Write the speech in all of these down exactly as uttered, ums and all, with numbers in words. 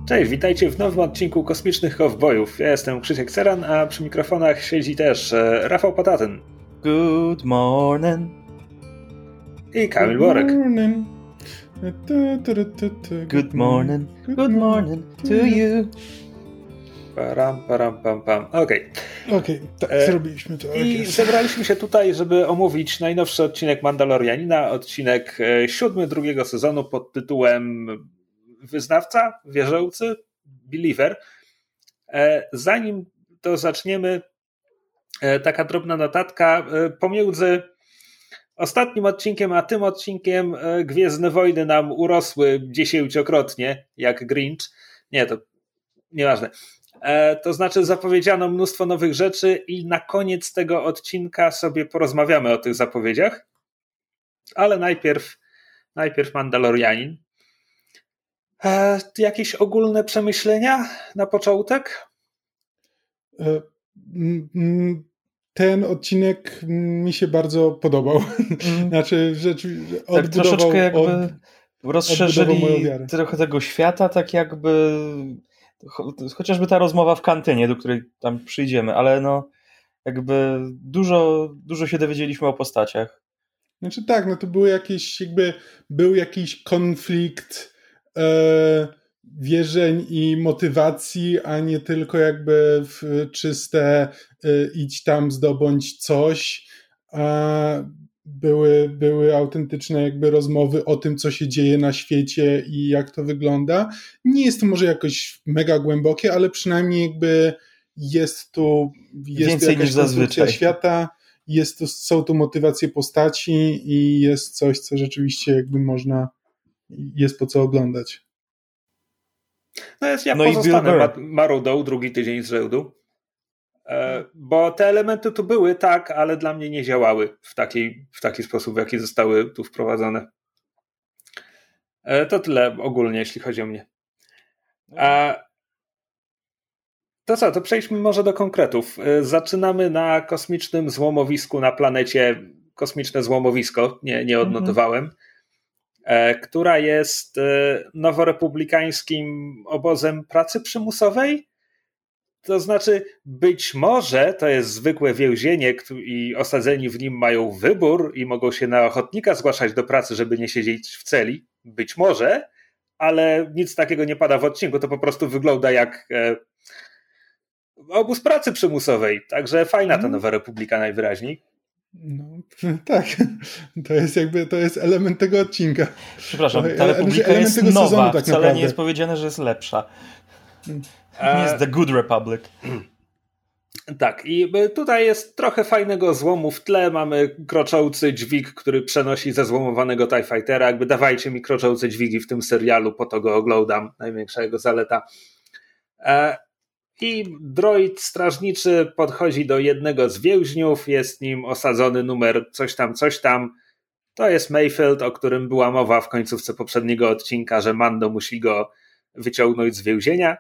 Cześć, witajcie w nowym odcinku Kosmicznych Kowbojów. Ja jestem Krzysiek Ceran, a przy mikrofonach siedzi też e, Rafał Potatyn. Good morning. I Kamil Borek. Good morning. Good morning. Good morning to you. Param, param, pam, pam. Okej. Okay. Okej, okay, tak, e, zrobiliśmy to. I zebraliśmy się tutaj, żeby omówić najnowszy odcinek Mandalorianina, odcinek e, siódmy drugiego sezonu pod tytułem Wyznawca, Wierzący, Believer. E, zanim to zaczniemy, e, taka drobna notatka. E, pomiędzy ostatnim odcinkiem a tym odcinkiem e, Gwiezdne Wojny nam urosły dziesięciokrotnie, jak Grinch. Nie, to nieważne. E, to znaczy zapowiedziano mnóstwo nowych rzeczy i na koniec tego odcinka sobie porozmawiamy o tych zapowiedziach. Ale najpierw, najpierw Mandalorianin. E, jakieś ogólne przemyślenia na początek? E, ten odcinek mi się bardzo podobał. Mm. Znaczy, rzeczywiście tak troszeczkę jakby od, rozszerzyli moją wiarę. Trochę tego świata, tak jakby chociażby ta rozmowa w kantynie, do której tam przyjdziemy, ale no jakby dużo, dużo się dowiedzieliśmy o postaciach. Znaczy tak, no to były jakieś jakby był jakiś konflikt e, wierzeń i motywacji, a nie tylko jakby w czyste e, idź tam, zdobądź coś. A były, były autentyczne jakby rozmowy o tym, co się dzieje na świecie i jak to wygląda. Nie jest to może jakoś mega głębokie, ale przynajmniej jakby jest tu jest więcej tu jakaś niż zazwyczaj świata, jest tu, są tu motywacje postaci i jest coś, co rzeczywiście jakby można, jest po co oglądać. No jest, ja no pozostanę ma- marudą drugi tydzień z rzędu, e, bo te elementy tu były, tak, ale dla mnie nie działały w taki, w taki sposób, w jaki zostały tu wprowadzone. E, to tyle ogólnie, jeśli chodzi o mnie. E, to co, to przejdźmy może do konkretów. E, zaczynamy na kosmicznym złomowisku na planecie, kosmiczne złomowisko, nie, nie odnotowałem, mm-hmm. która jest noworepublikańskim obozem pracy przymusowej. To znaczy, być może to jest zwykłe więzienie i osadzeni w nim mają wybór i mogą się na ochotnika zgłaszać do pracy, żeby nie siedzieć w celi. Być może, ale nic takiego nie pada w odcinku. To po prostu wygląda jak obóz pracy przymusowej. Także fajna ta Nowa Republika najwyraźniej. No, tak, to jest jakby, to jest element tego odcinka. Przepraszam, ta Republika jest tego nowa, sezonu, tak wcale naprawdę nie jest powiedziane, że jest lepsza. Nie jest The Good Republic. Tak, i tutaj jest trochę fajnego złomu w tle, mamy kroczący dźwig, który przenosi ze złomowanego TIE Fightera, jakby dawajcie mi kroczące dźwigi w tym serialu, po to go oglądam, największa jego zaleta. I droid strażniczy podchodzi do jednego z więźniów, jest nim osadzony numer coś tam, coś tam. To jest Mayfield, o którym była mowa w końcówce poprzedniego odcinka, że Mando musi go wyciągnąć z więzienia.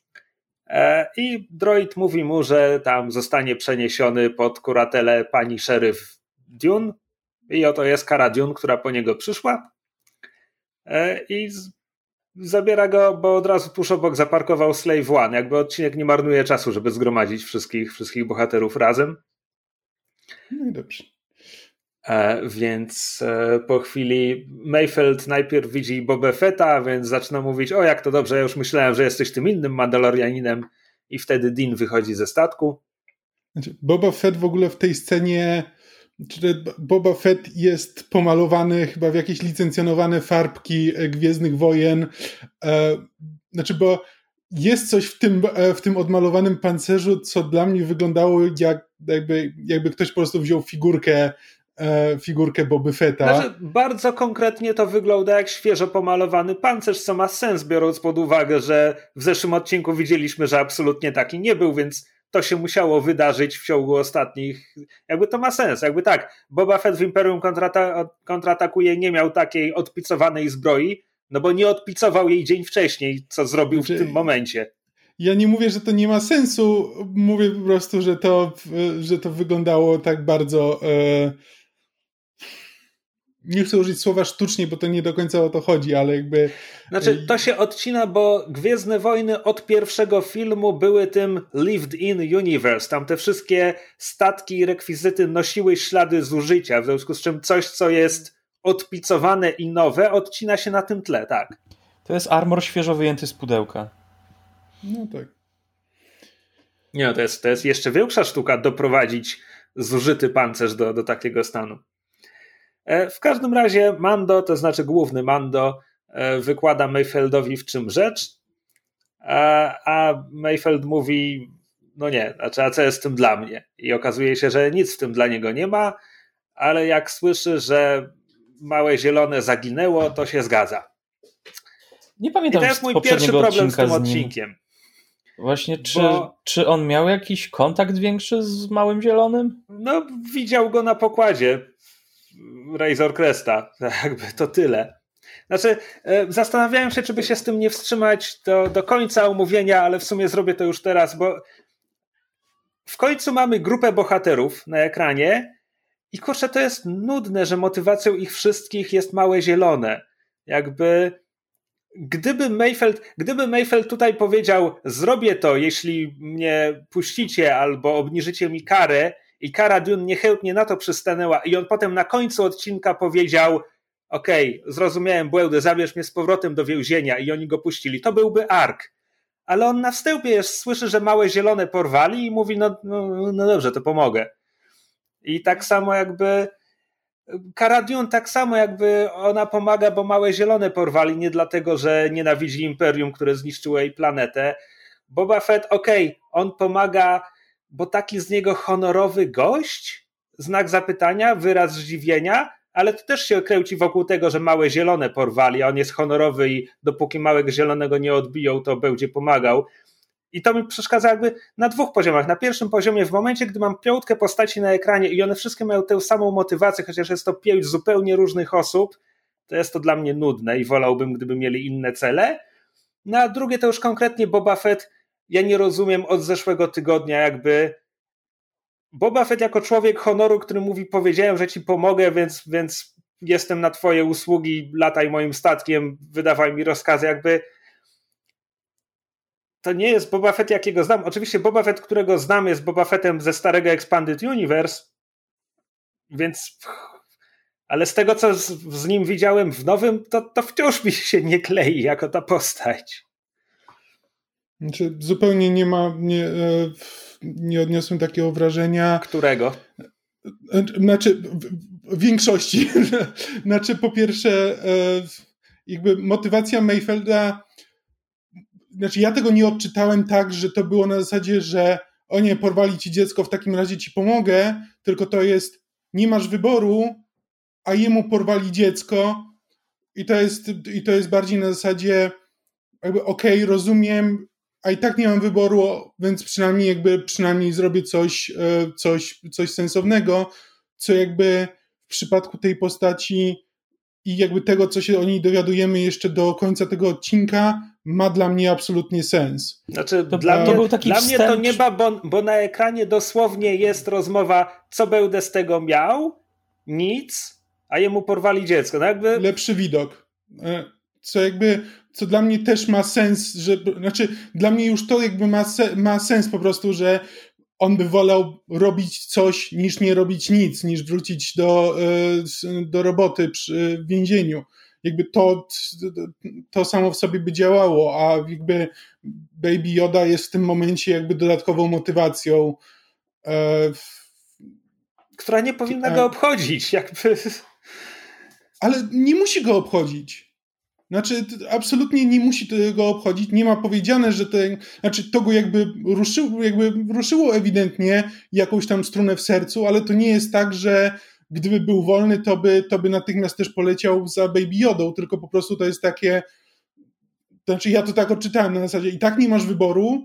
I droid mówi mu, że tam zostanie przeniesiony pod kuratelę pani szeryf Dune. I oto jest Cara Dune, która po niego przyszła. I zabiera go, bo od razu tuż obok zaparkował Slave One. Jakby odcinek nie marnuje czasu, żeby zgromadzić wszystkich, wszystkich bohaterów razem. No i dobrze. E, więc e, po chwili Mayfield najpierw widzi Boba Fetta, więc zaczyna mówić, o jak to dobrze, ja już myślałem, że jesteś tym innym Mandalorianinem, i wtedy Din wychodzi ze statku. Znaczy, Boba Fett w ogóle w tej scenie, czy Boba Fett jest pomalowany chyba w jakieś licencjonowane farbki Gwiezdnych Wojen. E, znaczy, bo jest coś w tym, w tym odmalowanym pancerzu, co dla mnie wyglądało jak, jakby, jakby ktoś po prostu wziął figurkę e, figurkę Boby Fetta. Znaczy, bardzo konkretnie to wygląda jak świeżo pomalowany pancerz, co ma sens, biorąc pod uwagę, że w zeszłym odcinku widzieliśmy, że absolutnie taki nie był, więc to się musiało wydarzyć w ciągu ostatnich... Jakby to ma sens. Jakby tak, Boba Fett w Imperium kontrata- kontratakuje nie miał takiej odpicowanej zbroi, no bo nie odpicował jej dzień wcześniej, co zrobił znaczy, w tym momencie. Ja nie mówię, że to nie ma sensu, mówię po prostu, że to, że to wyglądało tak bardzo... E... nie chcę użyć słowa sztucznie, bo to nie do końca o to chodzi, ale jakby... Znaczy, to się odcina, bo Gwiezdne Wojny od pierwszego filmu były tym lived-in universe. Tam te wszystkie statki i rekwizyty nosiły ślady zużycia, w związku z czym coś, co jest odpicowane i nowe, odcina się na tym tle, tak. To jest armor świeżo wyjęty z pudełka. No tak. Nie, no to jest, to jest jeszcze większa sztuka doprowadzić zużyty pancerz do, do takiego stanu. W każdym razie Mando, to znaczy główny Mando, wykłada Mayfeldowi, w czym rzecz, a, a Mayfeld mówi, no nie, znaczy, a co jest w tym dla mnie? I okazuje się, że nic w tym dla niego nie ma, ale jak słyszy, że małe zielone zaginęło, to się zgadza. Nie pamiętam. I to jest mój pierwszy problem z tym z odcinkiem. Właśnie, czy, Bo, czy on miał jakiś kontakt większy z małym zielonym? No, widział go na pokładzie Razor Cresta, jakby to tyle. Znaczy, zastanawiałem się, czy by się z tym nie wstrzymać do, do końca omówienia, ale w sumie zrobię to już teraz, bo w końcu mamy grupę bohaterów na ekranie i kurczę, to jest nudne, że motywacją ich wszystkich jest małe zielone. Jakby gdyby Mayfeld, gdyby Mayfeld tutaj powiedział, zrobię to, jeśli mnie puścicie albo obniżycie mi karę, i Cara Dune niechętnie na to przystanęła i on potem na końcu odcinka powiedział, okej, okay, zrozumiałem błędy, zabierz mnie z powrotem do więzienia i oni go puścili. To byłby ark. Ale on na wstępie jest, słyszy, że małe zielone porwali i mówi, no, no, no dobrze, to pomogę. I tak samo jakby Cara Dune, tak samo jakby ona pomaga, bo małe zielone porwali, nie dlatego, że nienawidzi Imperium, które zniszczyło jej planetę. Boba Fett, okej, okay, on pomaga, bo taki z niego honorowy gość? Znak zapytania, wyraz zdziwienia, ale to też się kręci wokół tego, że małe zielone porwali, a on jest honorowy i dopóki małego zielonego nie odbiją, to będzie pomagał. I to mi przeszkadza jakby na dwóch poziomach. Na pierwszym poziomie, w momencie, gdy mam piątkę postaci na ekranie i one wszystkie mają tę samą motywację, chociaż jest to pięć zupełnie różnych osób, to jest to dla mnie nudne i wolałbym, gdyby mieli inne cele. No a drugie to już konkretnie Boba Fett. Ja nie rozumiem od zeszłego tygodnia jakby Boba Fett jako człowiek honoru, który mówi, powiedziałem, że ci pomogę, więc, więc jestem na twoje usługi, lataj moim statkiem, wydawaj mi rozkazy, jakby to nie jest Boba Fett, jakiego znam. Oczywiście Boba Fett, którego znam, jest Boba Fettem ze starego Expanded Universe, więc ale z tego, co z, z nim widziałem w nowym, to, to wciąż mi się nie klei jako ta postać. Znaczy, zupełnie nie ma, nie, nie odniosłem takiego wrażenia. Którego? Znaczy, w większości. Znaczy, po pierwsze, jakby motywacja Mayfelda, znaczy ja tego nie odczytałem tak, że to było na zasadzie, że o nie, porwali ci dziecko, w takim razie ci pomogę, tylko to jest, nie masz wyboru, a jemu porwali dziecko i to jest, i to jest bardziej na zasadzie jakby okej, okay, rozumiem, a i tak nie mam wyboru, więc przynajmniej jakby przynajmniej zrobię coś, coś, coś sensownego, co jakby w przypadku tej postaci i jakby tego, co się o niej dowiadujemy jeszcze do końca tego odcinka, ma dla mnie absolutnie sens. Znaczy, to, dla, to mnie, był taki dla mnie to nie ma, bo, bo na ekranie dosłownie jest rozmowa, co będę z tego miał? Nic, a jemu porwali dziecko. No jakby... Lepszy widok. Co jakby, co dla mnie też ma sens, że, znaczy dla mnie już to jakby ma, se, ma sens po prostu, że on by wolał robić coś niż nie robić nic, niż wrócić do, do roboty przy więzieniu. Jakby to, to samo w sobie by działało, a jakby Baby Yoda jest w tym momencie jakby dodatkową motywacją. Która nie powinna a, go obchodzić. Jakby. Ale nie musi go obchodzić. Znaczy, absolutnie nie musi tego obchodzić. Nie ma powiedziane, że to, znaczy, to go jakby ruszyło, jakby ruszyło ewidentnie jakąś tam strunę w sercu, ale to nie jest tak, że gdyby był wolny, to by, to by natychmiast też poleciał za Baby Yodą, tylko po prostu to jest takie, znaczy ja to tak odczytałem na zasadzie i tak nie masz wyboru,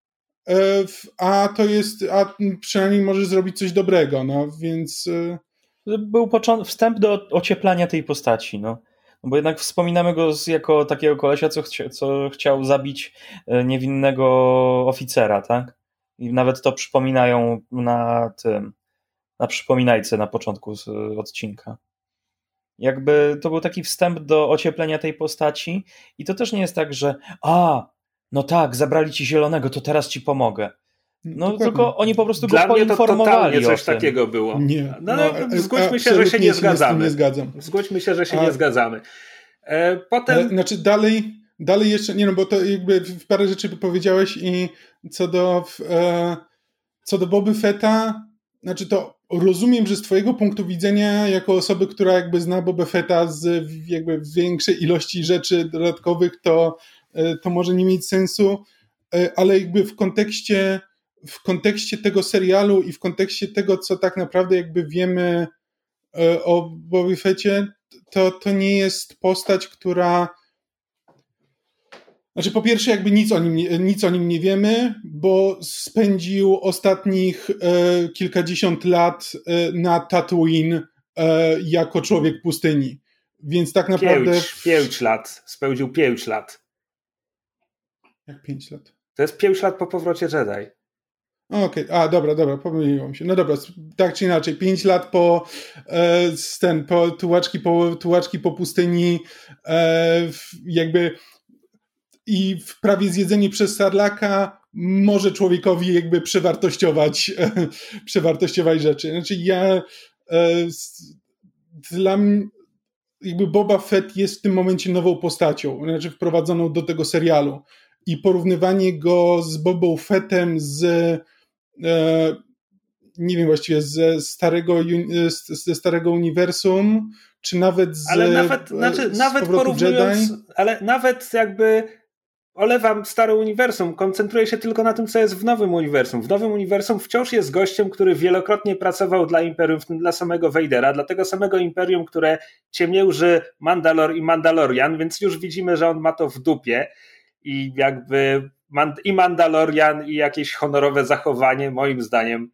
a to jest, a przynajmniej możesz zrobić coś dobrego, no więc... Był począt- wstęp do ocieplania tej postaci, no. No bo jednak wspominamy go jako takiego kolesia, co, chcia- co chciał zabić niewinnego oficera, tak? I nawet to przypominają na tym, na przypominajce na początku odcinka. Jakby to był taki wstęp do ocieplenia tej postaci i to też nie jest tak, że a, no tak, zabrali ci zielonego, to teraz ci pomogę. No Dokładnie. tylko oni po prostu Dla go poinformowali mnie to coś o tym. takiego było. Nie. No, no, zgódźmy się, że się nie zgadzamy. Nie zgadzam. Zgódźmy się, że się A... nie zgadzamy. E, potem... Ale, znaczy dalej, dalej jeszcze, nie no, bo to jakby parę rzeczy powiedziałeś i co do e, co do Boby Fetta, znaczy to rozumiem, że z twojego punktu widzenia, jako osoby, która jakby zna Boba Fetta z jakby większej ilości rzeczy dodatkowych, to, to może nie mieć sensu, ale jakby w kontekście, w kontekście tego serialu i w kontekście tego, co tak naprawdę jakby wiemy o Bobie Fetcie, to, to nie jest postać, która Znaczy po pierwsze jakby nic o nim nie, nic o nim nie wiemy, bo spędził ostatnich e, kilkadziesiąt lat e, na Tatooine e, jako człowiek pustyni. Więc tak naprawdę... Pięć, pięć lat. Spędził pięć lat. Jak pięć lat? To jest pięć lat po powrocie Jedi. Okej, okay. A dobra, dobra, pomyliłem się. No dobra, tak czy inaczej, pięć lat po e, ten, po tułaczki po, tułaczki po pustyni e, jakby i prawie zjedzenie przez Sarlaka może człowiekowi jakby przewartościować przewartościować rzeczy. Znaczy ja e, dla mnie jakby Boba Fett jest w tym momencie nową postacią, znaczy wprowadzoną do tego serialu i porównywanie go z Bobą Fettem z e, nie wiem właściwie ze starego, ze starego uniwersum, czy nawet z ale nawet, znaczy, z nawet porównując, Jedi. ale nawet jakby olewam stare uniwersum, koncentruję się tylko na tym, co jest w nowym uniwersum. W nowym uniwersum wciąż jest gościem, który wielokrotnie pracował dla Imperium, w tym dla samego Vadera, dla tego samego Imperium, które ciemięży Mandalor i Mandalorian, więc już widzimy, że on ma to w dupie i jakby i Mandalorian i jakieś honorowe zachowanie, moim zdaniem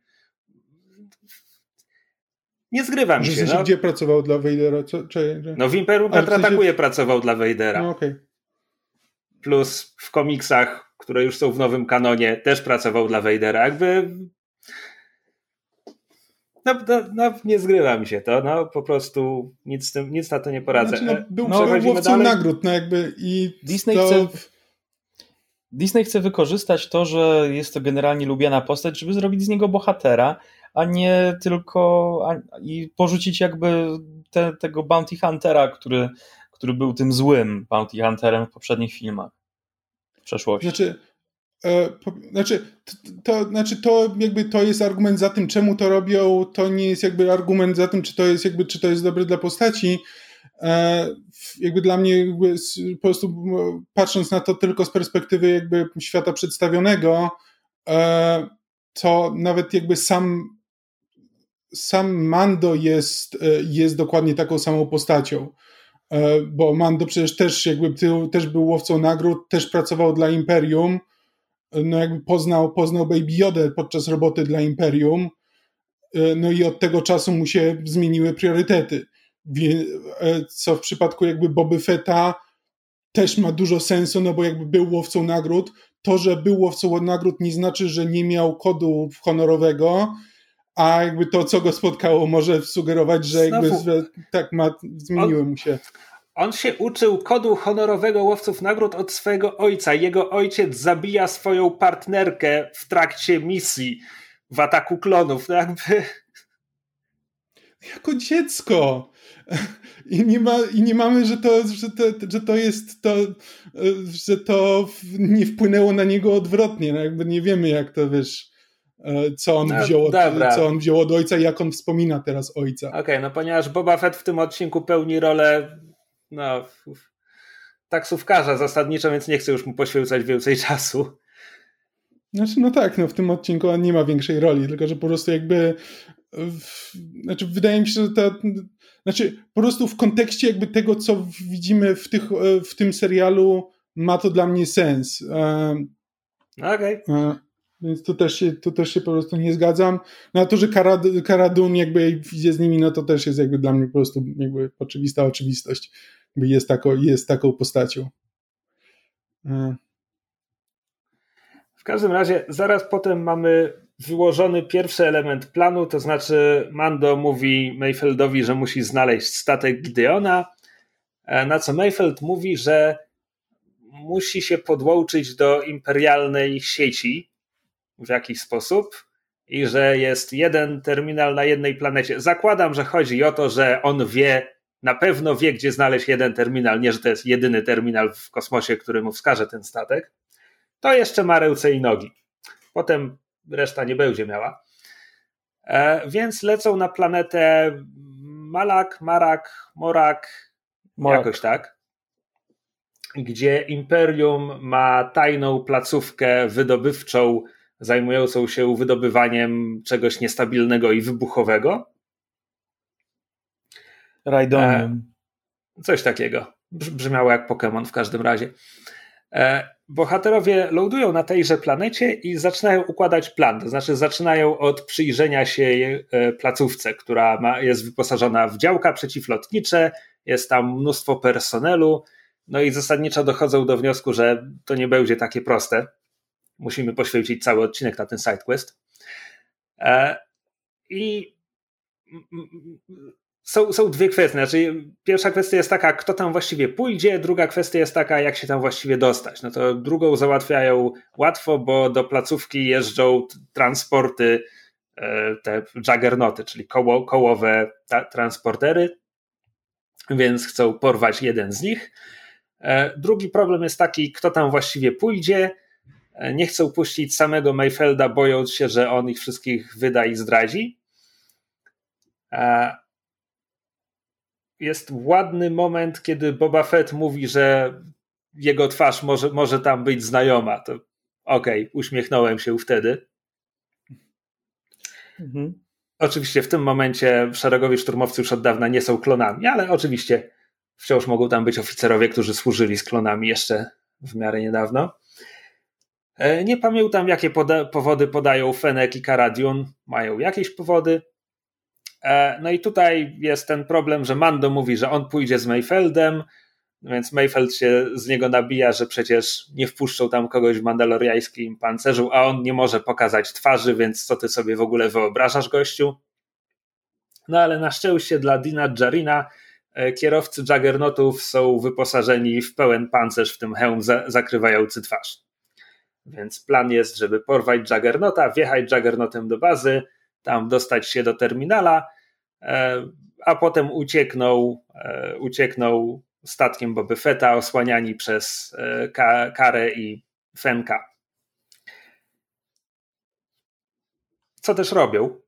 nie zgrywam że się. W sensie, no. Gdzie pracował dla Vadera? Co, czy, czy... No w Imperium Kontratakuje w sensie... pracował dla Vadera. No, okay. Plus w komiksach, które już są w nowym kanonie, też pracował dla Vadera. Jakby no, no, no nie zgrywa mi się to, no po prostu nic, tym, nic na to nie poradzę. Znaczy, no, był, no, był łowcą dalej. nagród, no jakby i Disney to... chce... Disney chce wykorzystać to, że jest to generalnie lubiana postać, żeby zrobić z niego bohatera, a nie tylko a, i porzucić jakby te, tego Bounty Huntera, który, który był tym złym Bounty Hunterem w poprzednich filmach w przeszłości. Znaczy, e, po, znaczy, to, to, znaczy to jakby to jest argument za tym, czemu to robią, to nie jest jakby argument za tym, czy to jest jakby, czy to jest dobre dla postaci. E, jakby dla mnie jakby po prostu patrząc na to tylko z perspektywy jakby świata przedstawionego, e, to nawet jakby sam sam Mando jest, jest dokładnie taką samą postacią, e, bo Mando przecież też jakby też był łowcą nagród, też pracował dla Imperium, no jakby poznał, poznał Baby Yodę podczas roboty dla Imperium, e, no i od tego czasu mu się zmieniły priorytety. Co w przypadku jakby Boby Fetta też ma dużo sensu, no bo jakby był łowcą nagród. To, że był łowcą nagród nie znaczy, że nie miał kodu honorowego, a jakby to, co go spotkało, może sugerować, że jakby że tak ma, zmieniły on, mu się. On się uczył kodu honorowego łowców nagród od swojego ojca. Jego ojciec zabija swoją partnerkę w trakcie misji w Ataku Klonów. No jakby... Jako dziecko. I nie, ma, i nie mamy, że to, że to, że to jest to, że to nie wpłynęło na niego odwrotnie. No jakby nie wiemy, jak to wiesz, co on, no, wziął od, co on wziął od ojca i jak on wspomina teraz ojca. Okej, okay, no ponieważ Boba Fett w tym odcinku pełni rolę no, taksówkarza zasadniczo, więc nie chcę już mu poświęcać więcej czasu. Znaczy, no tak, no w tym odcinku on nie ma większej roli, tylko że po prostu jakby w, znaczy wydaje mi się, że to znaczy po prostu w kontekście jakby tego, co widzimy w, tych, w tym serialu, ma to dla mnie sens. Okej. Okay. Więc tu też, się, tu też się po prostu nie zgadzam. No a to, że Cara Dune jakby idzie z nimi, no to też jest jakby dla mnie po prostu jakby oczywista oczywistość. Jakby jest, taką, jest taką postacią. W każdym razie zaraz potem mamy wyłożony pierwszy element planu, to znaczy Mando mówi Mayfeldowi, że musi znaleźć statek Gideona, na co Mayfeld mówi, że musi się podłączyć do imperialnej sieci w jakiś sposób i że jest jeden terminal na jednej planecie. Zakładam, że chodzi o to, że on wie, na pewno wie, gdzie znaleźć jeden terminal, nie, że to jest jedyny terminal w kosmosie, który mu wskaże ten statek. To jeszcze ma ręce i nogi. Potem reszta nie będzie miała. E, więc lecą na planetę Malak, Marak, Morak, Morak, jakoś tak, gdzie Imperium ma tajną placówkę wydobywczą zajmującą się wydobywaniem czegoś niestabilnego i wybuchowego. Rajdonium. E, coś takiego. Brzmiało jak Pokémon w każdym razie. E, bohaterowie lądują na tejże planecie i zaczynają układać plan. To znaczy zaczynają od przyjrzenia się placówce, która ma, jest wyposażona w działka przeciwlotnicze, jest tam mnóstwo personelu, no i zasadniczo dochodzą do wniosku, że to nie będzie takie proste. Musimy poświęcić cały odcinek na ten sidequest. E, I są, są dwie kwestie. Znaczy, pierwsza kwestia jest taka, kto tam właściwie pójdzie, druga kwestia jest taka, jak się tam właściwie dostać. No to drugą załatwiają łatwo, bo do placówki jeżdżą transporty, te Juggernoty, czyli koło, kołowe ta, transportery, więc chcą porwać jeden z nich. Drugi problem jest taki, kto tam właściwie pójdzie. Nie chcą puścić samego Mayfelda, bojąc się, że on ich wszystkich wyda i zdradzi. Jest ładny moment, kiedy Boba Fett mówi, że jego twarz może, może tam być znajoma. To okej, okay, uśmiechnąłem się wtedy. Mhm. Oczywiście w tym momencie szeregowi szturmowcy już od dawna nie są klonami, ale oczywiście wciąż mogą tam być oficerowie, którzy służyli z klonami jeszcze w miarę niedawno. Nie pamiętam, jakie poda- powody podają Fennec i Cara Dune. Mają jakieś powody. No i tutaj jest ten problem, że Mando mówi, że on pójdzie z Mayfeldem, więc Mayfeld się z niego nabija, że przecież nie wpuszczą tam kogoś w mandaloriańskim pancerzu, a on nie może pokazać twarzy, więc co ty sobie w ogóle wyobrażasz, gościu? No ale na szczęście dla Dina Djarina kierowcy Juggernotów są wyposażeni w pełen pancerz, w tym hełm za- zakrywający twarz. Więc plan jest, żeby porwać Juggernota, wjechać Juggernotem do bazy, tam dostać się do terminala, a potem uciekną, uciekną statkiem Boba Fetta, osłaniani przez Karę i Fennca. Co też robią?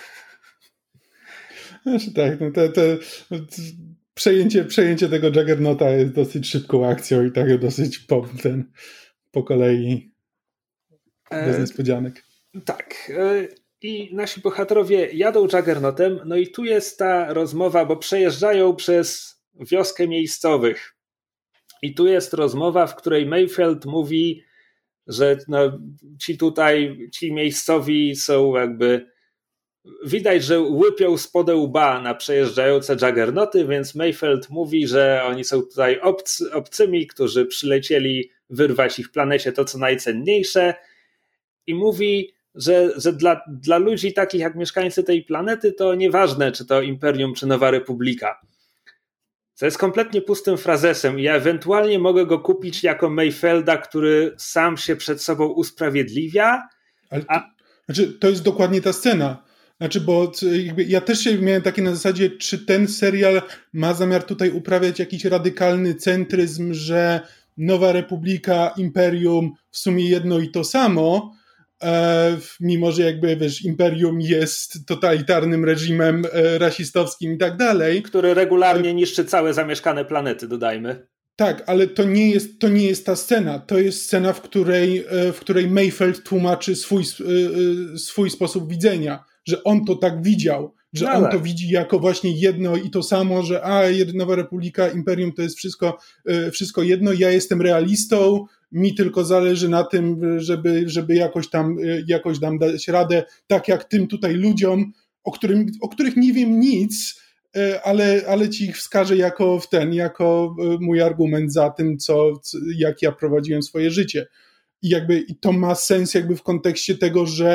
Znaczy tak, no te, te, przejęcie, przejęcie tego Juggernota jest dosyć szybką akcją i tak dosyć po, ten, po kolei bez niespodzianek. E, tak. E, I nasi bohaterowie jadą Juggernotem, no i tu jest ta rozmowa, bo przejeżdżają przez wioskę miejscowych. I tu jest rozmowa, w której Mayfeld mówi, że no, ci tutaj, ci miejscowi są jakby, widać, że łypią spod łba na przejeżdżające Juggernoty, więc Mayfeld mówi, że oni są tutaj obcy, obcymi, którzy przylecieli wyrwać ich planecie to, co najcenniejsze, i mówi, że, że dla, dla ludzi takich jak mieszkańcy tej planety to nieważne, czy to Imperium, czy Nowa Republika. To jest kompletnie pustym frazesem i ja ewentualnie mogę go kupić jako Mayfelda, który sam się przed sobą usprawiedliwia. Ale to, a... znaczy, to jest dokładnie ta scena. Znaczy, bo jakby ja też się miałem takie na zasadzie, czy ten serial ma zamiar tutaj uprawiać jakiś radykalny centryzm, że Nowa Republika, Imperium w sumie jedno i to samo, e, mimo że jakby, wiesz, Imperium jest totalitarnym reżimem e, rasistowskim i tak dalej. Który regularnie niszczy całe zamieszkane planety, dodajmy. Tak, ale to nie jest, to nie jest ta scena. To jest scena, w której, w której Mayfeld tłumaczy swój, swój sposób widzenia, że on to tak widział, że no on tak. to widzi jako właśnie jedno i to samo, że a, Nowa Republika, Imperium to jest wszystko, wszystko jedno, ja jestem realistą, mi tylko zależy na tym, żeby, żeby jakoś tam, jakoś tam dać radę, tak jak tym tutaj ludziom, o, którym, o których nie wiem nic, ale, ale ci ich wskażę jako w ten, jako mój argument za tym, co, jak ja prowadziłem swoje życie. I jakby i to ma sens jakby w kontekście tego, że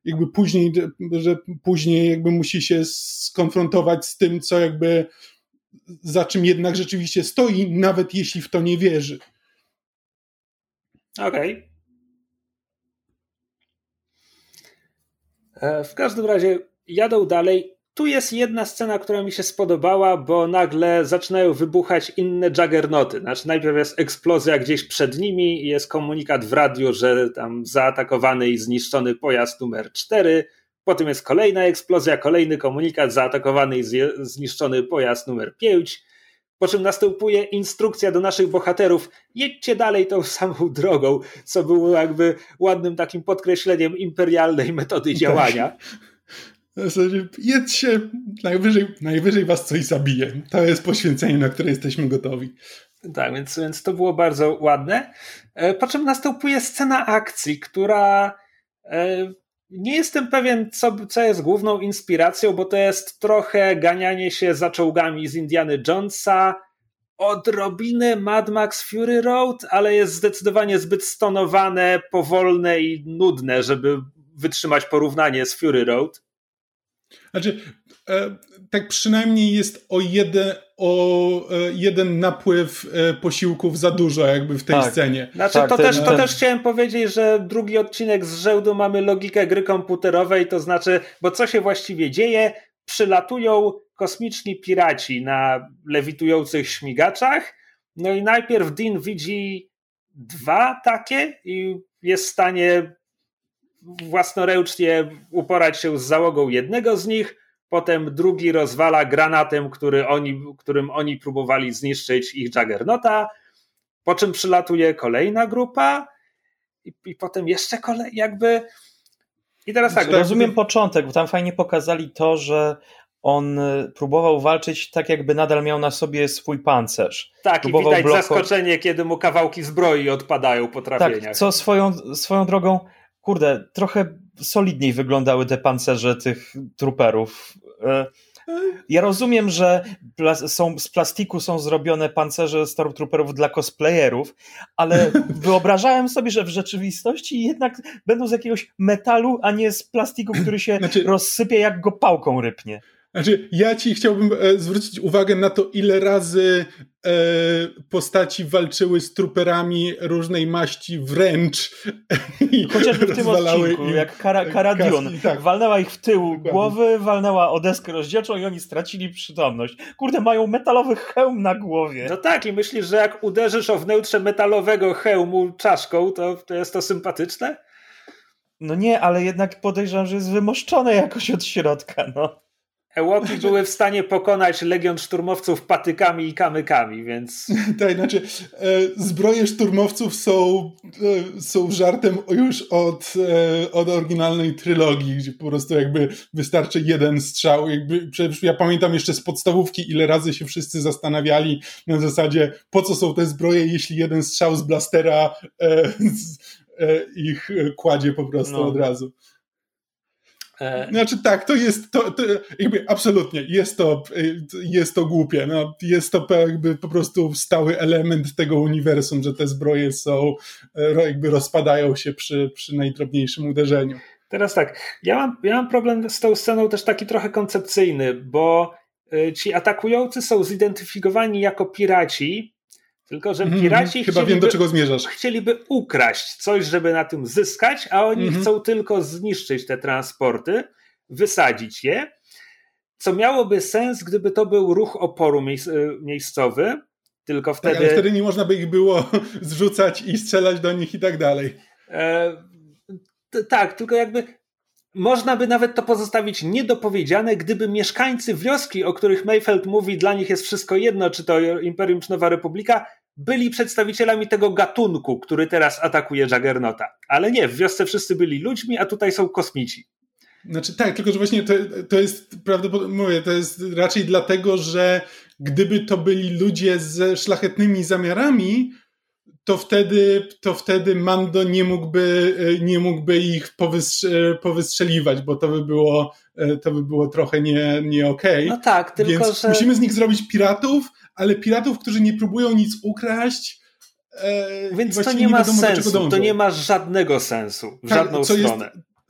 jakby później, że później jakby musi się skonfrontować z tym, co jakby za czym jednak rzeczywiście stoi, nawet jeśli w to nie wierzy. Okej. Okay. W każdym razie jadą dalej. Tu jest jedna scena, która mi się spodobała, bo nagle zaczynają wybuchać inne Juggernoty. Znaczy najpierw jest eksplozja gdzieś przed nimi i jest komunikat w radiu, że tam zaatakowany i zniszczony pojazd numer cztery. Potem jest kolejna eksplozja, kolejny komunikat, zaatakowany i zniszczony pojazd numer pięć. Po czym następuje instrukcja do naszych bohaterów: jedźcie dalej tą samą drogą, co było jakby ładnym takim podkreśleniem imperialnej metody działania. Tak. W zasadzie jedźcie, najwyżej, najwyżej was coś zabije. To jest poświęcenie, na które jesteśmy gotowi. Tak, więc, więc to było bardzo ładne. Po czym następuje scena akcji, która nie jestem pewien, co, co jest główną inspiracją, bo to jest trochę ganianie się za czołgami z Indiany Jonesa, odrobinę Mad Max Fury Road, ale jest zdecydowanie zbyt stonowane, powolne i nudne, żeby wytrzymać porównanie z Fury Road. Znaczy, e, tak przynajmniej jest o jeden, o e, jeden napływ e, posiłków za dużo jakby w tej tak. scenie. Znaczy tak, to, ten, też, to ten... też chciałem powiedzieć, że drugi odcinek z rzędu mamy logikę gry komputerowej, to znaczy, bo co się właściwie dzieje? Przylatują kosmiczni piraci na lewitujących śmigaczach, no i najpierw Dean widzi dwa takie i jest w stanie własnoręcznie uporać się z załogą jednego z nich, potem drugi rozwala granatem, który oni, którym oni próbowali zniszczyć ich Juggernauta, po czym przylatuje kolejna grupa i, i potem jeszcze kolej, jakby i teraz tak. Rozumiem to... początek, bo tam fajnie pokazali to, że on próbował walczyć tak, jakby nadal miał na sobie swój pancerz. Tak, próbował i widać bloko... zaskoczenie, kiedy mu kawałki zbroi odpadają po trafieniach. Tak, co swoją, swoją drogą, kurde, trochę solidniej wyglądały te pancerze tych truperów. Ja rozumiem, że są, z plastiku są zrobione pancerze Stormtrooperów dla cosplayerów, ale wyobrażałem sobie, że w rzeczywistości jednak będą z jakiegoś metalu, a nie z plastiku, który się znaczy, rozsypie, jak go pałką rypnie. Znaczy, ja ci chciałbym e, zwrócić uwagę na to, ile razy e, postaci walczyły z truperami różnej maści wręcz. Chociażby w tym odcinku, im, jak Cara, Cara Dune. Tak. Walnęła ich w tył Dokładnie. głowy, walnęła o deskę rozdzielczą i oni stracili przytomność. Kurde, mają metalowy hełm na głowie. No tak, i myślisz, że jak uderzysz o wnętrze metalowego hełmu czaszką, to, to jest to sympatyczne? No nie, ale jednak podejrzewam, że jest wymoszczone jakoś od środka, no. Ewoki były w stanie pokonać legion szturmowców patykami i kamykami, więc... Tak, znaczy e, zbroje szturmowców są, e, są żartem już od, e, od oryginalnej trylogii, gdzie po prostu jakby wystarczy jeden strzał. Jakby, przecież ja pamiętam jeszcze z podstawówki, ile razy się wszyscy zastanawiali na zasadzie, po co są te zbroje, jeśli jeden strzał z blastera e, z, e, ich kładzie po prostu no. od razu. Znaczy tak, to jest to, to jakby absolutnie, jest to, jest to głupie, no, jest to jakby po prostu stały element tego uniwersum, że te zbroje są, jakby rozpadają się przy, przy najdrobniejszym uderzeniu. Teraz tak, ja mam, ja mam problem z tą sceną też taki trochę koncepcyjny, bo ci atakujący są zidentyfikowani jako piraci, tylko że piraci mm, chyba wiem, do czego zmierzasz. Chcieliby ukraść coś, żeby na tym zyskać, a oni mm-hmm. chcą tylko zniszczyć te transporty, wysadzić je, co miałoby sens, gdyby to był ruch oporu miejscowy, tylko wtedy... Tak, ale wtedy nie można by ich było zrzucać i strzelać do nich i tak dalej. E, t- tak, tylko jakby można by nawet to pozostawić niedopowiedziane, gdyby mieszkańcy wioski, o których Mayfeld mówi, dla nich jest wszystko jedno, czy to Imperium, czy Nowa Republika, byli przedstawicielami tego gatunku, który teraz atakuje Juggernauta. Ale nie, w wiosce wszyscy byli ludźmi, a tutaj są kosmici. Znaczy tak, tylko że właśnie to, to jest prawdopodobnie, mówię, to jest raczej dlatego, że gdyby to byli ludzie ze szlachetnymi zamiarami, to wtedy, to wtedy Mando nie mógłby, nie mógłby ich powystr- powystrzeliwać, bo to by było, to by było trochę nie, nie okej. No tak, tylko Więc że... musimy z nich zrobić piratów, ale piratów, którzy nie próbują nic ukraść. E, Więc to nie ma sensu, to nie ma żadnego sensu w tak, żadną co stronę. Jest,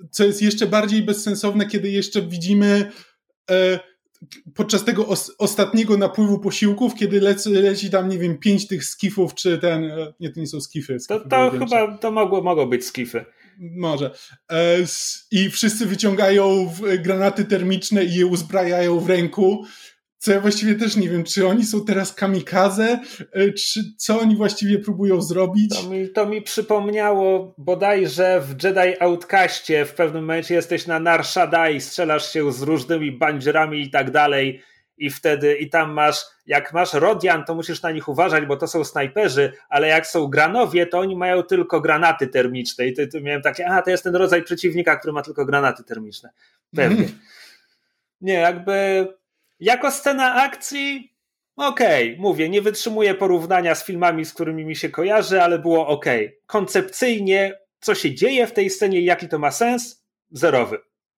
co jest jeszcze bardziej bezsensowne, kiedy jeszcze widzimy e, podczas tego os, ostatniego napływu posiłków, kiedy leci, leci tam, nie wiem, pięć tych skifów, czy ten, e, nie, to nie są skify. skify to to chyba, to mogło, mogło być skify. Może. E, I wszyscy wyciągają granaty termiczne i je uzbrajają w ręku. Co ja właściwie też nie wiem, czy oni są teraz kamikaze, czy co oni właściwie próbują zrobić. To mi, to mi przypomniało bodajże w Jedi Outcastie w pewnym momencie jesteś na Nar Shaddaa, strzelasz się z różnymi bandzierami i tak dalej i wtedy, i tam masz, jak masz Rodian, to musisz na nich uważać, bo to są snajperzy, ale jak są Granowie, to oni mają tylko granaty termiczne i to, to miałem takie, a to jest ten rodzaj przeciwnika, który ma tylko granaty termiczne. Pewnie. Nie, jakby... Jako scena akcji, okej, okay, mówię, nie wytrzymuję porównania z filmami, z którymi mi się kojarzy, ale było okej. Okay. Koncepcyjnie, co się dzieje w tej scenie i jaki to ma sens? Zerowy.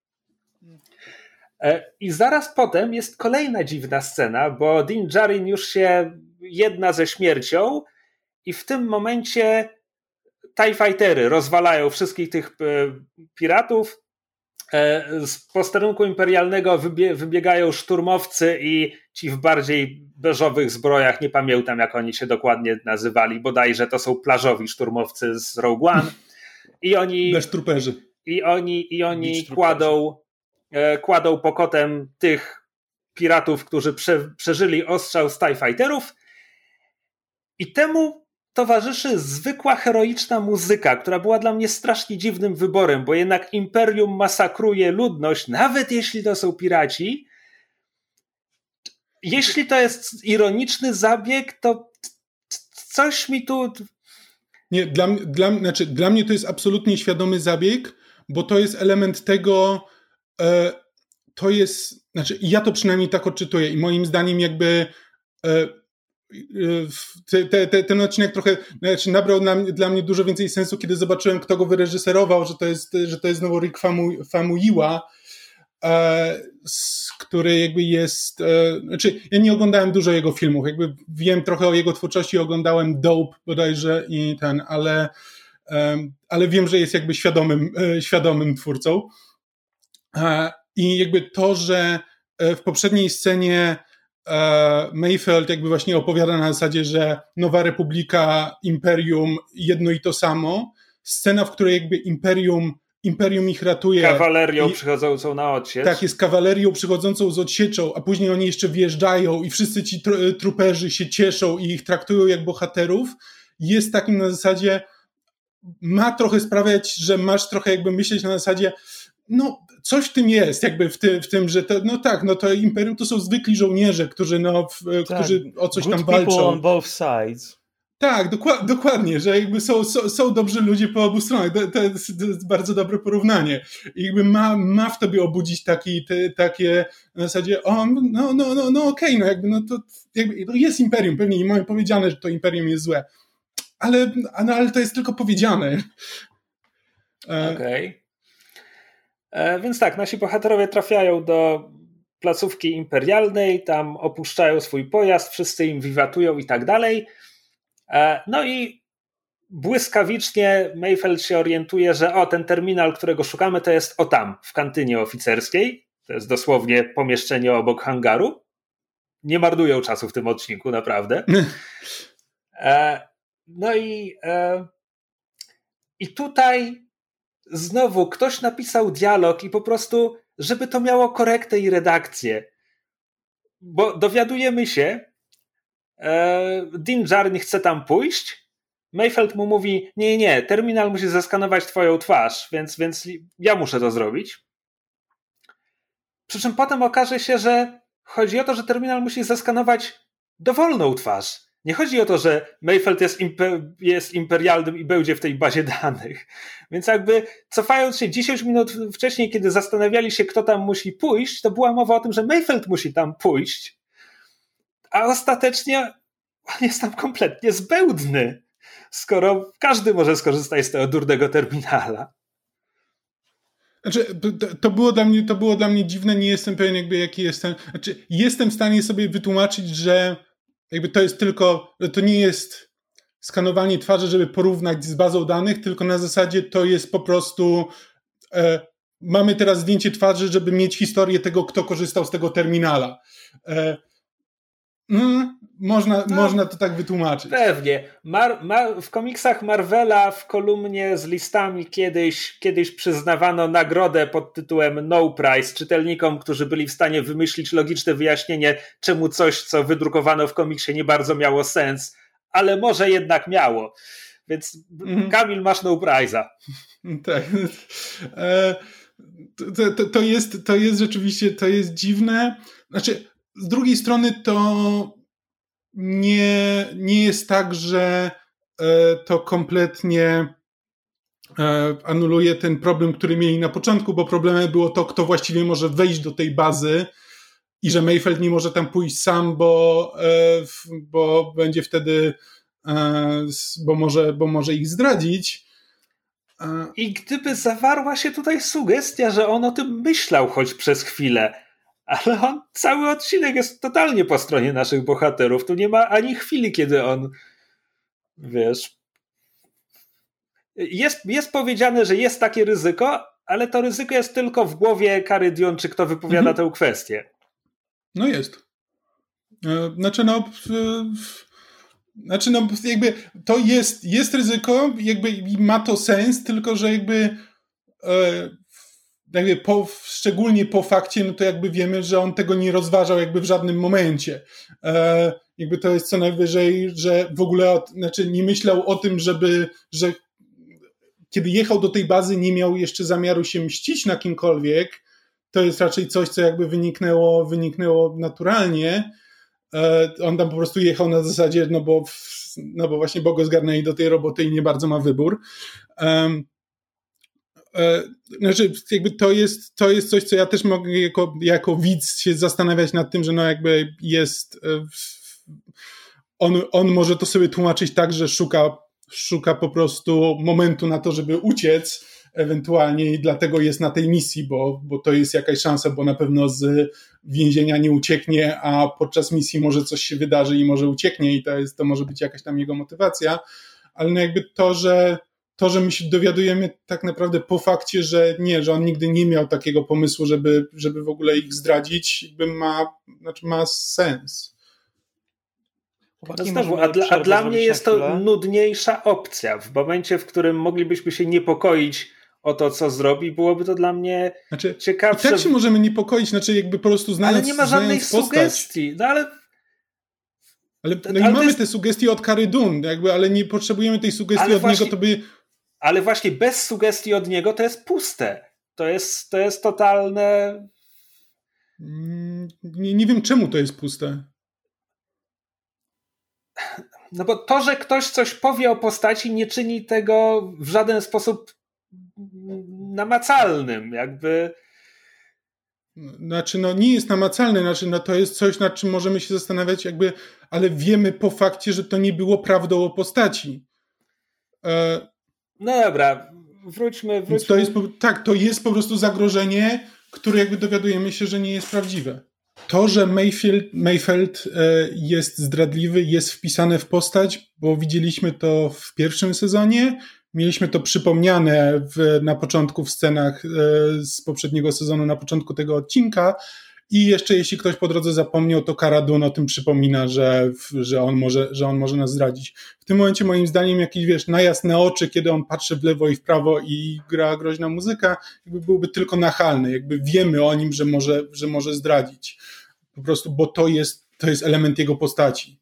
I zaraz potem jest kolejna dziwna scena, bo Din Djarin już się jedna ze śmiercią i w tym momencie TIE Fightery rozwalają wszystkich tych piratów. Z posterunku imperialnego wybie- wybiegają szturmowcy i ci w bardziej beżowych zbrojach, nie pamiętam jak oni się dokładnie nazywali, bodajże to są plażowi szturmowcy z Rogue One i oni Beż truperzy. i oni, i oni kładą, e, kładą pokotem tych piratów, którzy prze- przeżyli ostrzał z TIE Fighterów i temu towarzyszy zwykła heroiczna muzyka, która była dla mnie strasznie dziwnym wyborem, bo jednak Imperium masakruje ludność, nawet jeśli to są piraci. Jeśli to jest ironiczny zabieg, to coś mi tu... Nie, dla, dla, znaczy, dla mnie to jest absolutnie świadomy zabieg, bo to jest element tego, e, to jest, znaczy ja to przynajmniej tak odczytuję i moim zdaniem jakby e, Te, te, te, ten odcinek trochę znaczy nabrał dla mnie, dla mnie dużo więcej sensu, kiedy zobaczyłem, kto go wyreżyserował, że to jest, że to jest znowu Rick Famu, Famuyiwa, e, z, który jakby jest... E, znaczy, ja nie oglądałem dużo jego filmów, jakby wiem trochę o jego twórczości, oglądałem Dope bodajże i ten, ale, e, ale wiem, że jest jakby świadomym, e, świadomym twórcą. E, I jakby to, że w poprzedniej scenie Mayfeld jakby właśnie opowiada na zasadzie, że Nowa Republika, Imperium, jedno i to samo. Scena, w której jakby Imperium, Imperium ich ratuje. Kawalerią i, przychodzącą na odsiecz. Tak, jest kawalerią przychodzącą z odsieczą, a później oni jeszcze wjeżdżają i wszyscy ci tr- truperzy się cieszą i ich traktują jak bohaterów. Jest takim na zasadzie, ma trochę sprawiać, że masz trochę jakby myśleć na zasadzie, no coś w tym jest, jakby w, ty, w tym, że to, no tak, no to Imperium to są zwykli żołnierze, którzy, no, w, tak. którzy o coś Good tam walczą. on both sides. Tak, dokład, dokładnie, że jakby są, są, są dobrzy ludzie po obu stronach. To, to, jest, to jest bardzo dobre porównanie. I jakby ma, ma w tobie obudzić taki, te, takie na zasadzie, o, no, no, no, no okej, okay, no jakby, no to jakby, no jest Imperium, pewnie nie mamy powiedziane, że to Imperium jest złe. Ale, no, ale to jest tylko powiedziane. Okej. Okay. Więc tak, nasi bohaterowie trafiają do placówki imperialnej, tam opuszczają swój pojazd, wszyscy im wiwatują i tak dalej. No i błyskawicznie Mayfeld się orientuje, że o, ten terminal, którego szukamy, to jest o tam, w kantynie oficerskiej. To jest dosłownie pomieszczenie obok hangaru. Nie marnują czasu w tym odcinku, naprawdę. No i, i tutaj znowu ktoś napisał dialog i po prostu, żeby to miało korektę i redakcję. Bo dowiadujemy się, e, Din Djarin chce tam pójść, Mayfeld mu mówi, nie, nie, terminal musi zeskanować twoją twarz, więc, więc ja muszę to zrobić. Przy czym potem okaże się, że chodzi o to, że terminal musi zeskanować dowolną twarz. Nie chodzi o to, że Mayfeld jest, imper- jest imperialnym i będzie w tej bazie danych. Więc jakby cofając się dziesięć minut wcześniej, kiedy zastanawiali się, kto tam musi pójść, to była mowa o tym, że Mayfeld musi tam pójść, a ostatecznie on jest tam kompletnie zbędny, skoro każdy może skorzystać z tego durnego terminala. Znaczy, to, to, było dla mnie, to było dla mnie dziwne, nie jestem pewien jakby jaki jestem. Znaczy, jestem w stanie sobie wytłumaczyć, że jakby to jest tylko, to nie jest skanowanie twarzy, żeby porównać z bazą danych, tylko na zasadzie to jest po prostu e, mamy teraz zdjęcie twarzy, żeby mieć historię tego, kto korzystał z tego terminala. E, mm, można, no, można to tak wytłumaczyć. Pewnie. Mar- Mar- w komiksach Marvela w kolumnie z listami kiedyś, kiedyś przyznawano nagrodę pod tytułem No Prize czytelnikom, którzy byli w stanie wymyślić logiczne wyjaśnienie, czemu coś, co wydrukowano w komiksie, nie bardzo miało sens, ale może jednak miało. Więc mm. Kamil, masz No Prize'a. Tak. E, to, to, to, jest, to jest rzeczywiście, to jest dziwne. Znaczy, z drugiej strony to nie, nie jest tak, że e, to kompletnie e, anuluje ten problem, który mieli na początku, bo problemem było to, kto właściwie może wejść do tej bazy i że Mayfeld nie może tam pójść sam, bo, e, bo będzie wtedy e, bo, może, bo może ich zdradzić. I gdyby zawarła się tutaj sugestia, że on o tym myślał choć przez chwilę, ale on cały odcinek jest totalnie po stronie naszych bohaterów. Tu nie ma ani chwili, kiedy on, wiesz, jest, jest powiedziane, że jest takie ryzyko, ale to ryzyko jest tylko w głowie Kary Dion, czy kto wypowiada mhm. tę kwestię. No jest. Znaczy no... W, w... Znaczy, no jakby to jest, jest ryzyko, jakby ma to sens, tylko że jakby, e, jakby po, szczególnie po fakcie, no to jakby wiemy, że on tego nie rozważał jakby w żadnym momencie. E, jakby to jest co najwyżej, że w ogóle, znaczy nie myślał o tym, żeby, że kiedy jechał do tej bazy, nie miał jeszcze zamiaru się mścić na kimkolwiek. To jest raczej coś, co jakby wyniknęło, wyniknęło naturalnie. On tam po prostu jechał na zasadzie, no bo, no bo właśnie bo go zgarnęli do tej roboty i nie bardzo ma wybór. Um, e, znaczy jakby to jest, to jest coś, co ja też mogę jako, jako widz się zastanawiać nad tym, że no jakby jest on, on może to sobie tłumaczyć tak, że szuka, szuka po prostu momentu na to, żeby uciec ewentualnie i dlatego jest na tej misji, bo, bo to jest jakaś szansa, bo na pewno z więzienia nie ucieknie, a podczas misji może coś się wydarzy i może ucieknie i to, jest, to może być jakaś tam jego motywacja, ale no jakby to, że to, że my się dowiadujemy tak naprawdę po fakcie, że nie, że on nigdy nie miał takiego pomysłu, żeby, żeby w ogóle ich zdradzić, jakby ma, znaczy ma sens. No znowu, a dla, a dla mnie jest to nudniejsza opcja. W momencie, w którym moglibyśmy się niepokoić o to, co zrobi, byłoby to dla mnie znaczy, ciekawsze. I tak się możemy niepokoić, znaczy jakby po prostu znając Ale nie ma żadnej sugestii. No ale... Ale, no ale i mamy jest... te sugestie od Kary Dun, jakby, ale nie potrzebujemy tej sugestii ale od właśnie, niego, to by... Ale właśnie bez sugestii od niego to jest puste. To jest, to jest totalne... Nie, nie wiem, czemu to jest puste. No bo to, że ktoś coś powie o postaci, nie czyni tego w żaden sposób namacalnym, jakby. Znaczy, no nie jest namacalne, znaczy, no to jest coś, nad czym możemy się zastanawiać, jakby, ale wiemy po fakcie, że to nie było prawdą o postaci. E... No dobra, wróćmy, wróćmy. To jest, tak, to jest po prostu zagrożenie, które jakby dowiadujemy się, że nie jest prawdziwe. To, że Mayfield, Mayfeld jest zdradliwy, jest wpisane w postać, bo widzieliśmy to w pierwszym sezonie, mieliśmy to przypomniane w, na początku w scenach z poprzedniego sezonu, na początku tego odcinka i jeszcze jeśli ktoś po drodze zapomniał, to Cara Dune o tym przypomina, że, że, on może, że on może nas zdradzić. W tym momencie moim zdaniem jakiś, wiesz, najazd na oczy, kiedy on patrzy w lewo i w prawo i gra groźna muzyka, jakby byłby tylko nachalny, jakby wiemy o nim, że może, że może zdradzić. Po prostu, bo to jest, to jest element jego postaci.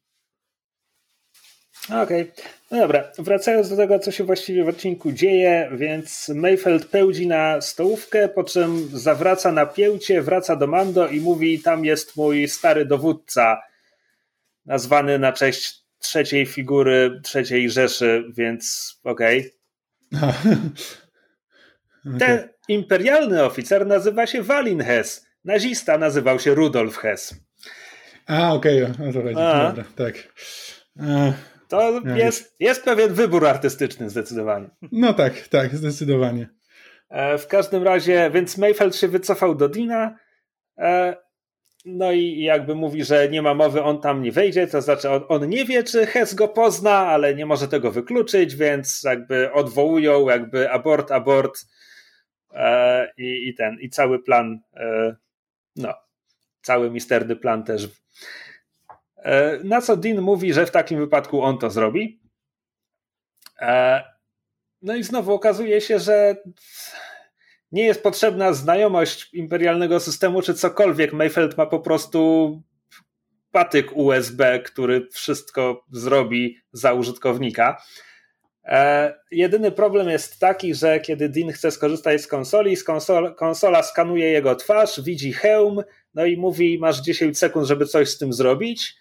Okej, okay. No dobra, wracając do tego, co się właściwie w odcinku dzieje, więc Mayfeld pełdzi na stołówkę, po czym zawraca na pięcie, wraca do Mando i mówi, tam jest mój stary dowódca, nazwany na cześć trzeciej figury trzeciej Rzeszy, więc okej. Okay. Okay. Ten imperialny oficer nazywa się Walin Hess, nazista nazywał się Rudolf Hess. A, okej, okay. No to będzie, dobra, tak. A. To jest, jest pewien wybór artystyczny zdecydowanie. No tak, tak, zdecydowanie. W każdym razie, więc Mayfeld się wycofał do Dina, no i jakby mówi, że nie ma mowy, on tam nie wejdzie, to znaczy on, on nie wie, czy Hess go pozna, ale nie może tego wykluczyć, więc jakby odwołują, jakby abort, abort, e, i, i ten, i cały plan, e, no, cały misterny plan też. E, na co Dean mówi, że w takim wypadku on to zrobi. E, no i znowu okazuje się, że nie jest potrzebna znajomość imperialnego systemu czy cokolwiek. Mayfeld ma po prostu patyk U S B, który wszystko zrobi za użytkownika. E, jedyny problem jest taki, że kiedy Dean chce skorzystać z konsoli, z konsol, konsola skanuje jego twarz, widzi hełm, no i mówi, masz dziesięć sekund, żeby coś z tym zrobić.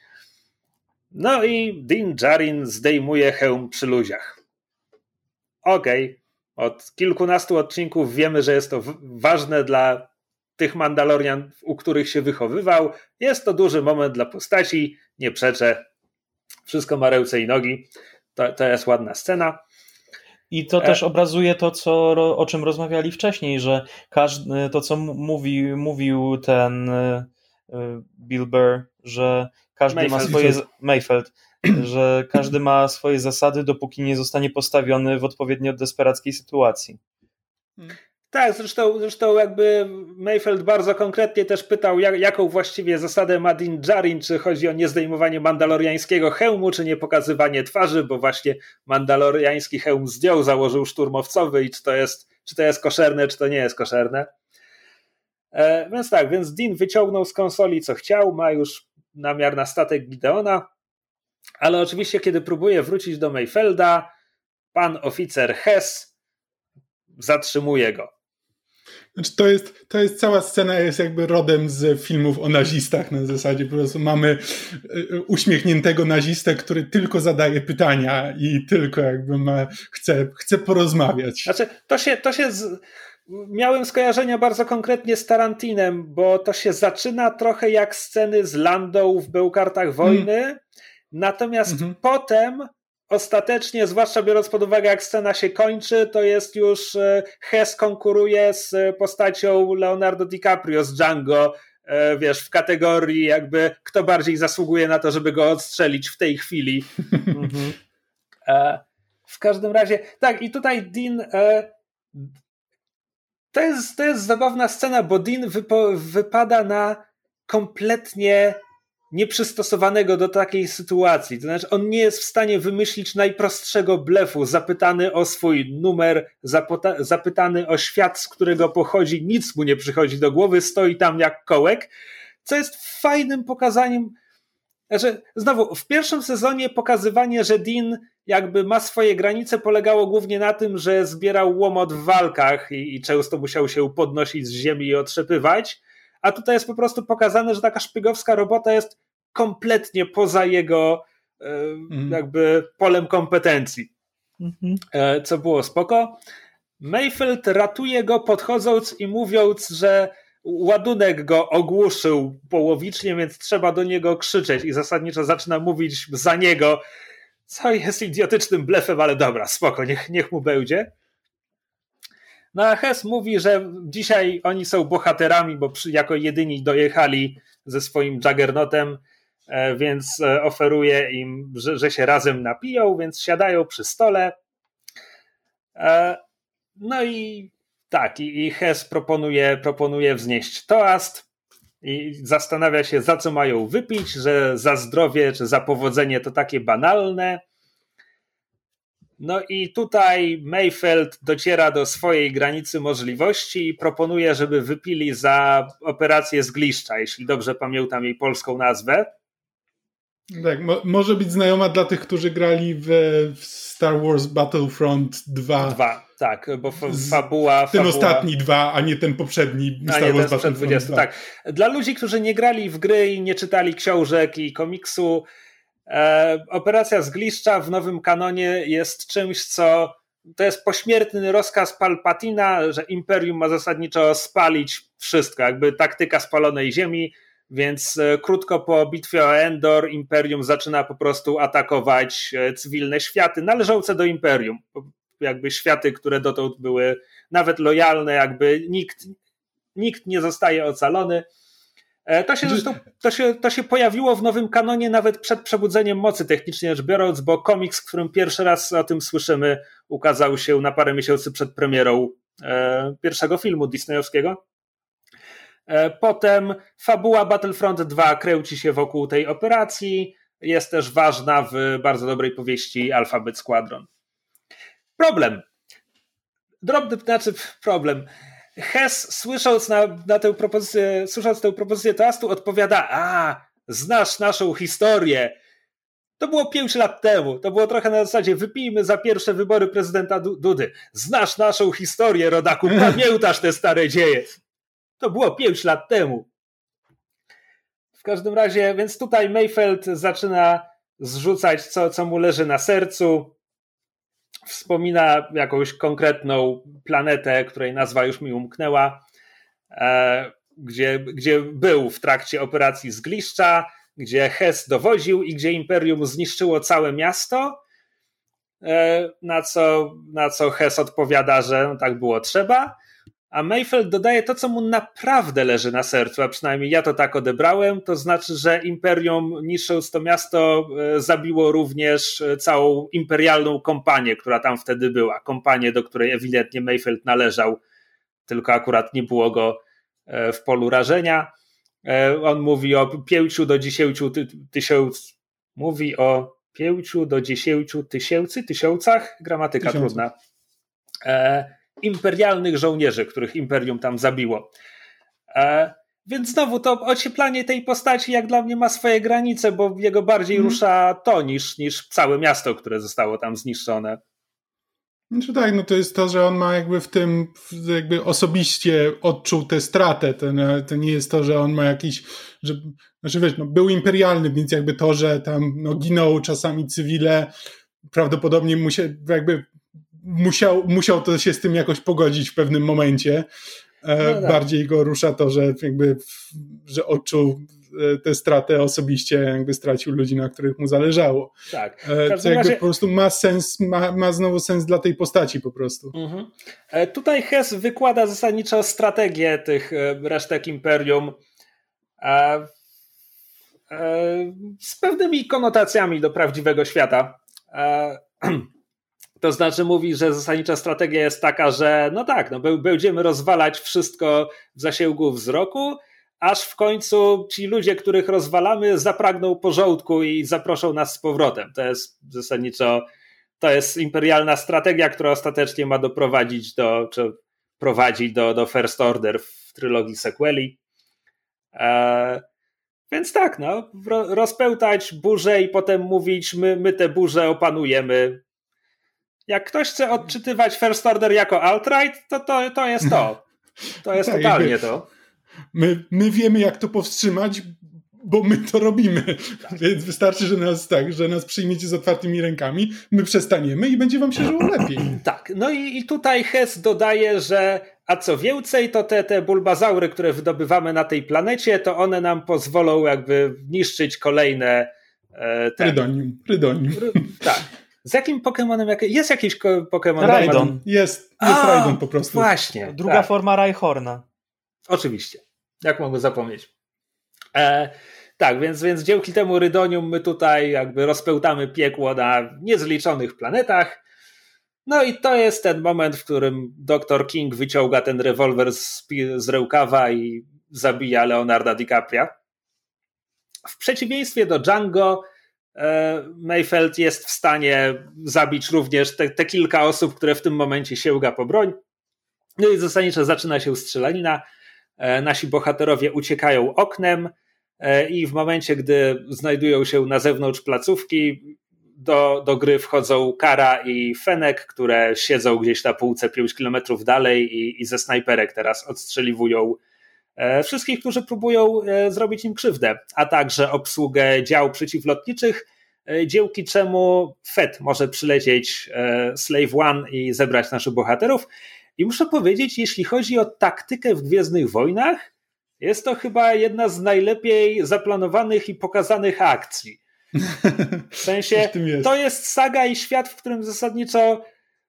No i Din Djarin zdejmuje hełm przy ludziach. Okej, okay. Od kilkunastu odcinków wiemy, że jest to w- ważne dla tych Mandalorian, u których się wychowywał. Jest to duży moment dla postaci, nie przeczę. Wszystko ma ręce i nogi. To, to jest ładna scena. I to e... też obrazuje to, co, o czym rozmawiali wcześniej, że każdy, to, co mówi, mówił ten Bill Burr, że każdy Mayfeld. ma swoje... Mayfeld, że każdy ma swoje zasady, dopóki nie zostanie postawiony w odpowiednio desperackiej sytuacji. Tak, zresztą, zresztą jakby Mayfeld bardzo konkretnie też pytał, jak, jaką właściwie zasadę ma Din Djarin, czy chodzi o niezdejmowanie mandaloriańskiego hełmu, czy nie pokazywanie twarzy, bo właśnie mandaloriański hełm zdjął, założył szturmowcowy i czy to jest, czy to jest koszerne, czy to nie jest koszerne. E, więc tak, więc Din wyciągnął z konsoli co chciał, ma już namiar na statek Gideona, ale oczywiście kiedy próbuje wrócić do Mayfelda, pan oficer Hess zatrzymuje go. Znaczy to jest, to jest cała scena jest jakby rodem z filmów o nazistach na zasadzie, po prostu mamy uśmiechniętego nazistę, który tylko zadaje pytania i tylko jakby ma, chce, chce porozmawiać. Znaczy to się, to się z... miałem skojarzenia bardzo konkretnie z Tarantinem, bo to się zaczyna trochę jak sceny z Landą w Bełkartach Wojny, mm. natomiast mm-hmm. potem ostatecznie, zwłaszcza biorąc pod uwagę, jak scena się kończy, to jest już Hess konkuruje z postacią Leonardo DiCaprio z Django, wiesz, w kategorii jakby kto bardziej zasługuje na to, żeby go odstrzelić w tej chwili. Mhm. W każdym razie, tak, i tutaj Dean to jest, to jest zabawna scena, bo Dean wypo, wypada na kompletnie nieprzystosowanego do takiej sytuacji. To znaczy on nie jest w stanie wymyślić najprostszego blefu. Zapytany o swój numer, zapota- zapytany o świat, z którego pochodzi, nic mu nie przychodzi do głowy, stoi tam jak kołek, co jest fajnym pokazaniem. Znaczy, znowu, w pierwszym sezonie pokazywanie, że Dean jakby ma swoje granice, polegało głównie na tym, że zbierał łomot w walkach i, i często musiał się podnosić z ziemi i otrzepywać. A tutaj jest po prostu pokazane, że taka szpiegowska robota jest kompletnie poza jego e, mm. jakby polem kompetencji. Mm-hmm. E, co było spoko. Mayfeld ratuje go podchodząc i mówiąc, że ładunek go ogłuszył połowicznie, więc trzeba do niego krzyczeć i zasadniczo zaczyna mówić za niego, co jest idiotycznym blefem, ale dobra, spoko, niech, niech mu będzie. No a Hess mówi, że dzisiaj oni są bohaterami, bo przy, jako jedyni dojechali ze swoim Juggernotem, e, więc oferuje im, że, że się razem napiją, więc siadają przy stole. E, no i tak, i, i Hess proponuje, proponuje wznieść toast i zastanawia się, za co mają wypić, że za zdrowie czy za powodzenie to takie banalne. No i tutaj Mayfeld dociera do swojej granicy możliwości i proponuje, żeby wypili za operację Zgliszcza, jeśli dobrze pamiętam jej polską nazwę. Tak, mo- może być znajoma dla tych, którzy grali w, w Star Wars Battlefront dwa. Dwa, tak, bo f- fabuła... Ten fabuła... ostatni dwa, a nie ten poprzedni Star a nie Wars ten Battlefront dwudziestu, dwa. Tak. Dla ludzi, którzy nie grali w gry i nie czytali książek i komiksu, e, operacja Zgliszcza w nowym kanonie jest czymś, co... To jest pośmiertny rozkaz Palpatina, że Imperium ma zasadniczo spalić wszystko, jakby taktyka spalonej ziemi. Więc krótko po bitwie o Endor Imperium zaczyna po prostu atakować cywilne światy należące do Imperium. Jakby światy, które dotąd były nawet lojalne, jakby nikt, nikt nie zostaje ocalony. To się zresztą to się, to się pojawiło w nowym kanonie nawet przed przebudzeniem mocy, technicznie rzecz biorąc, bo komiks, w którym pierwszy raz o tym słyszymy, ukazał się na parę miesięcy przed premierą e, pierwszego filmu disneyowskiego. E, potem fabuła Battlefront dwa kręci się wokół tej operacji, jest też ważna w bardzo dobrej powieści Alphabet Squadron. Problem. Drobny, znaczy problem. Hess, słysząc na, na tę propozycję, słysząc tę propozycję toastu, odpowiada: a, znasz naszą historię. To było pięć lat temu. To było trochę na zasadzie: wypijmy za pierwsze wybory prezydenta Dudy. Znasz naszą historię, rodaku, pamiętasz te stare dzieje. To było pięć lat temu. W każdym razie, więc tutaj Mayfeld zaczyna zrzucać, co, co mu leży na sercu. Wspomina jakąś konkretną planetę, której nazwa już mi umknęła, e, gdzie, gdzie był w trakcie operacji Zgliszcza, gdzie Hess dowodził i gdzie Imperium zniszczyło całe miasto, e, na co, na co Hess odpowiada, że no, tak było trzeba, a Mayfeld dodaje to, co mu naprawdę leży na sercu, a przynajmniej ja to tak odebrałem, to znaczy, że Imperium, niszcząc to miasto, zabiło również całą imperialną kompanię, która tam wtedy była. Kompanię, do której ewidentnie Mayfeld należał, tylko akurat nie było go w polu rażenia. On mówi o pięciu do dziesięciu ty- tysiąc... Mówi o pięciu do dziesięciu tysięcy, tysiącach? Gramatyka Tysiące. Trudna. E- imperialnych żołnierzy, których Imperium tam zabiło. E, więc znowu to ocieplanie tej postaci jak dla mnie ma swoje granice, bo jego bardziej hmm. rusza to niż, niż całe miasto, które zostało tam zniszczone. Znaczy tak, no to jest to, że on ma jakby w tym jakby osobiście odczuł tę stratę. To, to nie jest to, że on ma jakiś, że, znaczy wiesz, no był imperialny, więc jakby to, że tam no, giną czasami cywile, prawdopodobnie mu się jakby Musiał, musiał to się z tym jakoś pogodzić w pewnym momencie. E, no tak. Bardziej go rusza to, że jakby że odczuł tę stratę osobiście, jakby stracił ludzi, na których mu zależało. Tak. E, co jakby razie... po prostu ma sens, ma, ma znowu sens dla tej postaci po prostu. Mhm. E, tutaj Hess wykłada zasadniczo strategię tych resztek Imperium e, e, z pewnymi konotacjami do prawdziwego świata. E, To znaczy mówi, że zasadnicza strategia jest taka, że no tak, no będziemy rozwalać wszystko w zasięgu wzroku, aż w końcu ci ludzie, których rozwalamy, zapragną porządku i zaproszą nas z powrotem. To jest zasadniczo, to jest imperialna strategia, która ostatecznie ma doprowadzić do, czy prowadzi do, do First Order w trylogii sequeli. Eee, więc tak, no, rozpełtać burzę i potem mówić, my, my te burze opanujemy. Jak ktoś chce odczytywać First Order jako alt-right, to, to, to jest to. To jest tak, totalnie to. My, my wiemy, jak to powstrzymać, bo my to robimy. Tak. Więc wystarczy, że nas tak, że nas przyjmiecie z otwartymi rękami, my przestaniemy i będzie wam się żyło lepiej. Tak, no i, i tutaj Hess dodaje, że a co więcej, to te, te bulbazaury, które wydobywamy na tej planecie, to one nam pozwolą jakby niszczyć kolejne... E, ten... Rydonium. Rydonium. R- tak. Z jakim Pokemonem? Jest jakiś Pokemon? Raidon. Jest, jest Raidon po prostu. Właśnie. Druga tak. forma Rhyhorna. Oczywiście. Jak mogę zapomnieć? E, tak, więc, więc dzięki temu Rydonium my tutaj jakby rozpełtamy piekło na niezliczonych planetach. No i to jest ten moment, w którym doktor King wyciąga ten rewolwer z, z rękawa i zabija Leonarda DiCapria. W przeciwieństwie do Django, Mayfeld jest w stanie zabić również te, te kilka osób, które w tym momencie sięga po broń. No i zasadniczo zaczyna się strzelanina. Nasi bohaterowie uciekają oknem i w momencie, gdy znajdują się na zewnątrz placówki, do, do gry wchodzą Kara i Fennec, które siedzą gdzieś na półce pięć kilometrów dalej i, i ze snajperek teraz odstrzeliwują wszystkich, którzy próbują zrobić im krzywdę, a także obsługę dział przeciwlotniczych, dzięki czemu Fett może przylecieć Slave One i zebrać naszych bohaterów. I muszę powiedzieć, jeśli chodzi o taktykę w Gwiezdnych Wojnach, jest to chyba jedna z najlepiej zaplanowanych i pokazanych akcji. W sensie, to jest saga i świat, w którym zasadniczo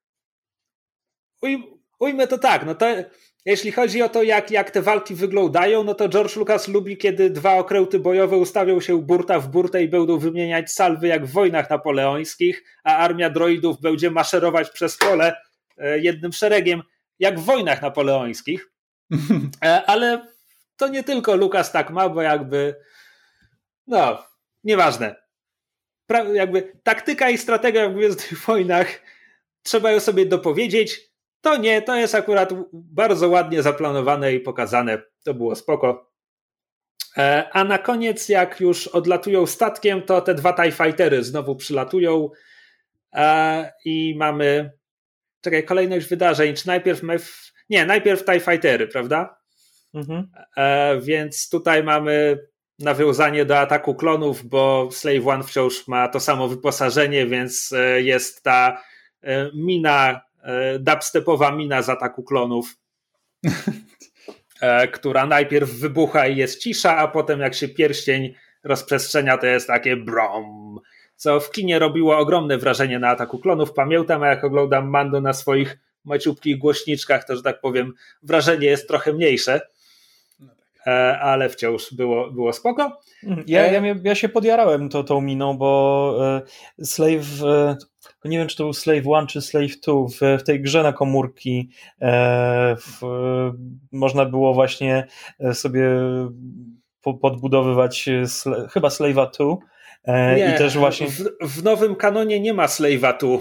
uj, ujmę to tak, no to jeśli chodzi o to, jak, jak te walki wyglądają, no to George Lucas lubi, kiedy dwa okręty bojowe ustawią się burta w burtę i będą wymieniać salwy jak w wojnach napoleońskich, a armia droidów będzie maszerować przez pole jednym szeregiem. jak w wojnach napoleońskich, ale to nie tylko Lucas tak ma, bo jakby no, nieważne. Pra- jakby taktyka i strategia w Gwiezdnych Wojnach, trzeba ją sobie dopowiedzieć. To nie, to jest akurat bardzo ładnie zaplanowane i pokazane. To było spoko. E, a na koniec, jak już odlatują statkiem, to te dwa TIE Fightery znowu przylatują e, i mamy czekaj, kolejność wydarzeń. Czy najpierw my w... nie, najpierw TIE Fightery, prawda? Mhm. E, więc tutaj mamy nawiązanie do Ataku Klonów, bo Slave One wciąż ma to samo wyposażenie, więc jest ta mina, dubstepowa mina z Ataku Klonów, która najpierw wybucha i jest cisza, a potem jak się pierścień rozprzestrzenia, to jest takie brom, co w kinie robiło ogromne wrażenie na Ataku Klonów. Pamiętam, a jak oglądam Mando na swoich maciupkich głośniczkach, to, że tak powiem, wrażenie jest trochę mniejsze. Ale wciąż było, było spoko. Ja, ja, ja się podjarałem to, tą miną, bo Slave, nie wiem czy to był Slave One czy Slave Two, w, w tej grze na komórki w, można było właśnie sobie podbudowywać chyba Slave'a Two. Nie, i też właśnie... w, w nowym kanonie nie ma Slave'a Two.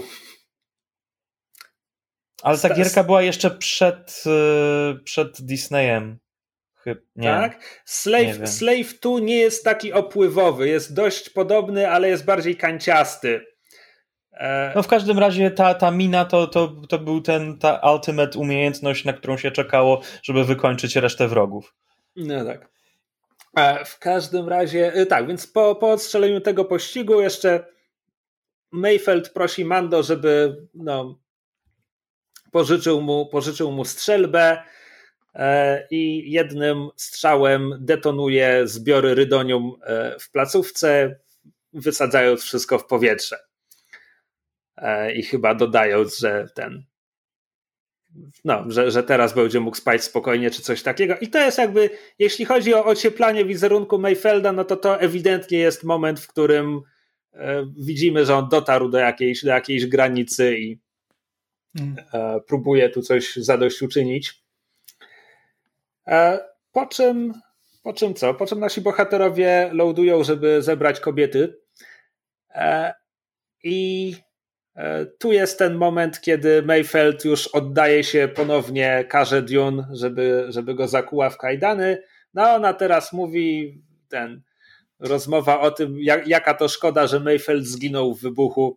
Ale ta gierka była jeszcze przed, przed Disneyem. Nie, tak? Slave, Slave Two nie jest taki opływowy, jest dość podobny, ale jest bardziej kanciasty. E... No w każdym razie ta, ta mina to, to, to był ten, ta ultimate umiejętność, na którą się czekało, żeby wykończyć resztę wrogów. No tak. E, w każdym razie, tak, więc po, po odstrzeleniu tego pościgu jeszcze Mayfeld prosi Mando, żeby no, pożyczył mu, pożyczył mu strzelbę i jednym strzałem detonuje zbiory rydonium w placówce, wysadzając wszystko w powietrze. I chyba dodając, że ten no, że, że teraz będzie mógł spać spokojnie, czy coś takiego. I to jest jakby, jeśli chodzi o ocieplanie wizerunku Mayfelda, no to to ewidentnie jest moment, w którym widzimy, że on dotarł do jakiejś, do jakiejś granicy i hmm. próbuje tu coś zadośćuczynić. Po czym, po czym co? Po czym nasi bohaterowie loadują, żeby zebrać kobiety. I tu jest ten moment, kiedy Mayfeld już oddaje się ponownie Karze Dune, żeby, żeby go zakuła w kajdany. No ona teraz mówi, ten rozmowa o tym, jak, jaka to szkoda, że Mayfeld zginął w wybuchu.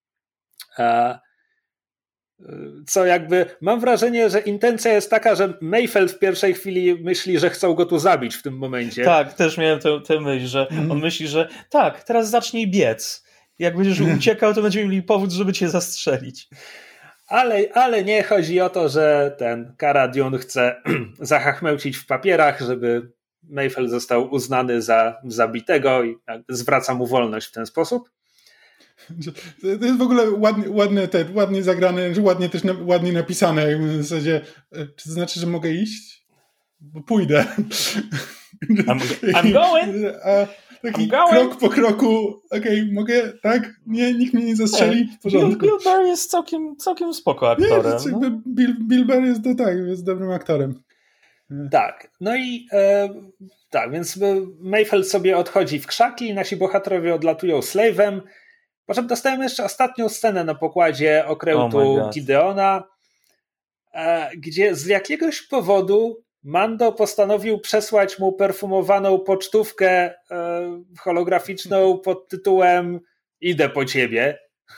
Co jakby, mam wrażenie, że intencja jest taka, że Mayfeld w pierwszej chwili myśli, że chcą go tu zabić w tym momencie. Tak, też miałem tę, tę myśl, że on myśli, że tak, teraz zacznij biec. Jak będziesz uciekał, to będziemy mieli powód, żeby cię zastrzelić. Ale, ale nie, chodzi o to, że ten Cara Dune chce zachachmęcić w papierach, żeby Mayfeld został uznany za zabitego i zwraca mu wolność w ten sposób. To jest w ogóle ładnie, ładnie, te, ładnie zagrane, ładnie też na, ładnie napisane. W zasadzie, czy to znaczy, że mogę iść? Bo pójdę. I'm, I'm going. A taki krok po kroku, okej, okay, mogę, tak? Nie, nikt mnie nie zastrzeli, w porządku. Bill, Bill Burr jest całkiem, całkiem spoko aktorem. Nie, no. Bill, Bill Burr jest, to tak, jest dobrym aktorem. Tak, no i e, tak, więc Mayfeld sobie odchodzi w krzaki i nasi bohaterowie odlatują Slave'em. Potem dostajemy jeszcze ostatnią scenę na pokładzie okrętu oh Gideona, e, gdzie z jakiegoś powodu Mando postanowił przesłać mu perfumowaną pocztówkę e, holograficzną pod tytułem "Idę po ciebie".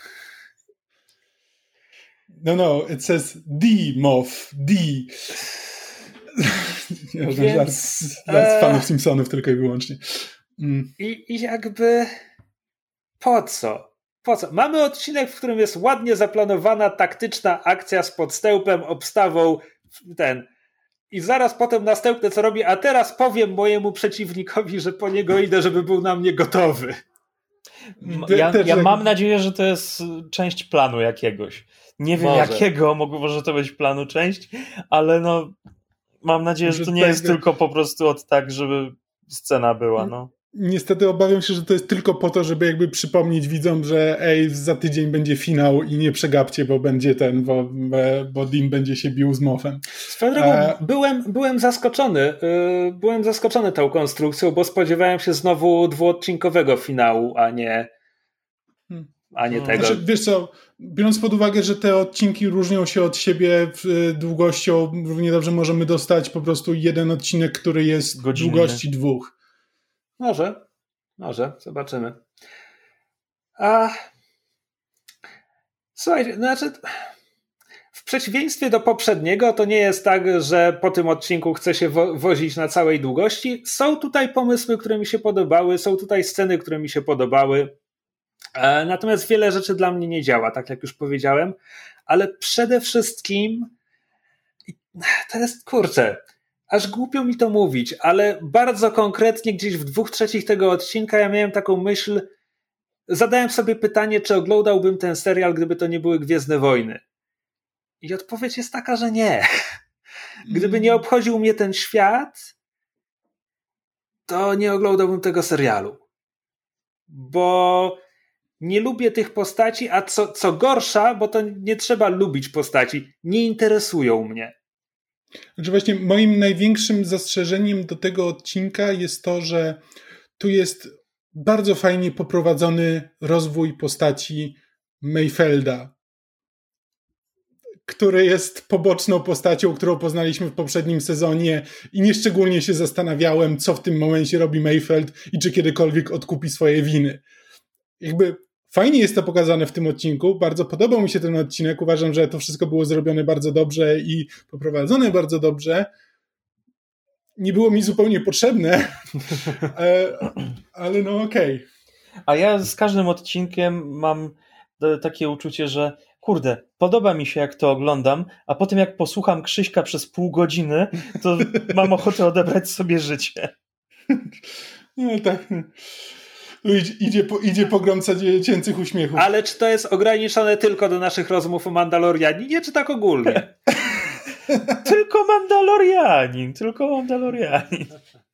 No, no, it says D, Moff, D. Ja Więc, żart z fanów Simpsonów tylko i wyłącznie. Mm. I, I jakby po co? Po co? Mamy odcinek, w którym jest ładnie zaplanowana taktyczna akcja z podstępem, obstawą, ten. I zaraz potem następne co robi, a teraz powiem mojemu przeciwnikowi, że po niego idę, żeby był na mnie gotowy. Ja, ja mam nadzieję, że to jest część planu jakiegoś. Nie wiem może. jakiego, może to być planu część, ale no mam nadzieję, że to nie jest tylko po prostu od tak, żeby scena była. No. Niestety obawiam się, że to jest tylko po to, żeby jakby przypomnieć widzom, że ej, za tydzień będzie finał i nie przegapcie, bo będzie ten, bo, bo Dean będzie się bił z Moffem. Swoją drogą, e... byłem, byłem zaskoczony, yy, byłem zaskoczony tą konstrukcją, bo spodziewałem się znowu dwuodcinkowego finału, a nie, a nie tego. Znaczy, wiesz co, biorąc pod uwagę, że te odcinki różnią się od siebie długością, równie dobrze możemy dostać po prostu jeden odcinek, który jest godzinny. Długości dwóch. Może, może, zobaczymy. A słuchajcie, znaczy w przeciwieństwie do poprzedniego to nie jest tak, że po tym odcinku chcę się wo- wozić na całej długości. Są tutaj pomysły, które mi się podobały, są tutaj sceny, które mi się podobały. E, natomiast wiele rzeczy dla mnie nie działa, tak jak już powiedziałem, ale przede wszystkim to jest, kurczę, aż głupio mi to mówić, ale bardzo konkretnie gdzieś w dwóch trzecich tego odcinka ja miałem taką myśl, zadałem sobie pytanie, czy oglądałbym ten serial, gdyby to nie były Gwiezdne Wojny. I odpowiedź jest taka, że nie. Gdyby nie obchodził mnie ten świat, to nie oglądałbym tego serialu. Bo nie lubię tych postaci, a co, co gorsza, bo to nie trzeba lubić postaci, nie interesują mnie. Znaczy właśnie moim największym zastrzeżeniem do tego odcinka jest to, że tu jest bardzo fajnie poprowadzony rozwój postaci Mayfelda, który jest poboczną postacią, którą poznaliśmy w poprzednim sezonie i nieszczególnie się zastanawiałem, co w tym momencie robi Mayfeld i czy kiedykolwiek odkupi swoje winy. Jakby fajnie jest to pokazane w tym odcinku, bardzo podobał mi się ten odcinek, uważam, że to wszystko było zrobione bardzo dobrze i poprowadzone bardzo dobrze. Nie było mi zupełnie potrzebne, ale no okej. Okay. A ja z każdym odcinkiem mam takie uczucie, że kurde, podoba mi się jak to oglądam, a potem jak posłucham Krzyśka przez pół godziny, to mam ochotę odebrać sobie życie. No tak. Idzie, idzie, po, idzie pogromca dziecięcych uśmiechów. Ale czy to jest ograniczone tylko do naszych rozmów o Mandalorianinie, czy tak ogólnie? Tylko Mandalorianin, tylko Mandalorianin.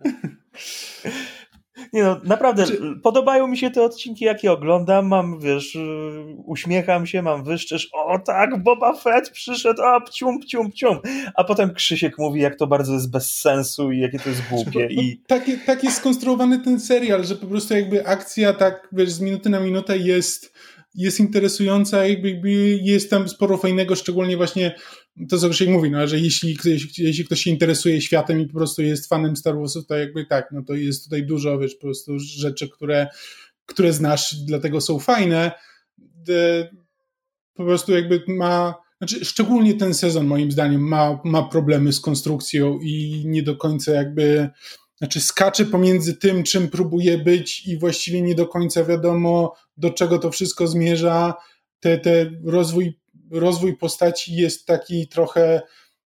Nie no, naprawdę, Czy... podobają mi się te odcinki, jakie oglądam, mam, wiesz, uśmiecham się, mam wyszczesz, o tak, Boba Fett przyszedł, a pcium, pcium, pcium, a potem Krzysiek mówi, jak to bardzo jest bez sensu i jakie to jest głupie. I... Tak, tak jest skonstruowany ten serial, że po prostu jakby akcja tak, wiesz, z minuty na minutę jest, jest interesująca, jakby, jakby jest tam sporo fajnego, szczególnie właśnie to, co Krzysiek mówi, no, że jeśli ktoś, jeśli ktoś się interesuje światem i po prostu jest fanem Star Warsów, to jakby tak, no to jest tutaj dużo, wiesz, po prostu rzeczy, które, które znasz, dlatego są fajne. De, po prostu jakby ma, znaczy szczególnie ten sezon moim zdaniem ma, ma problemy z konstrukcją i nie do końca jakby, znaczy skacze pomiędzy tym, czym próbuje być i właściwie nie do końca wiadomo, do czego to wszystko zmierza. Te, te rozwój rozwój postaci jest taki trochę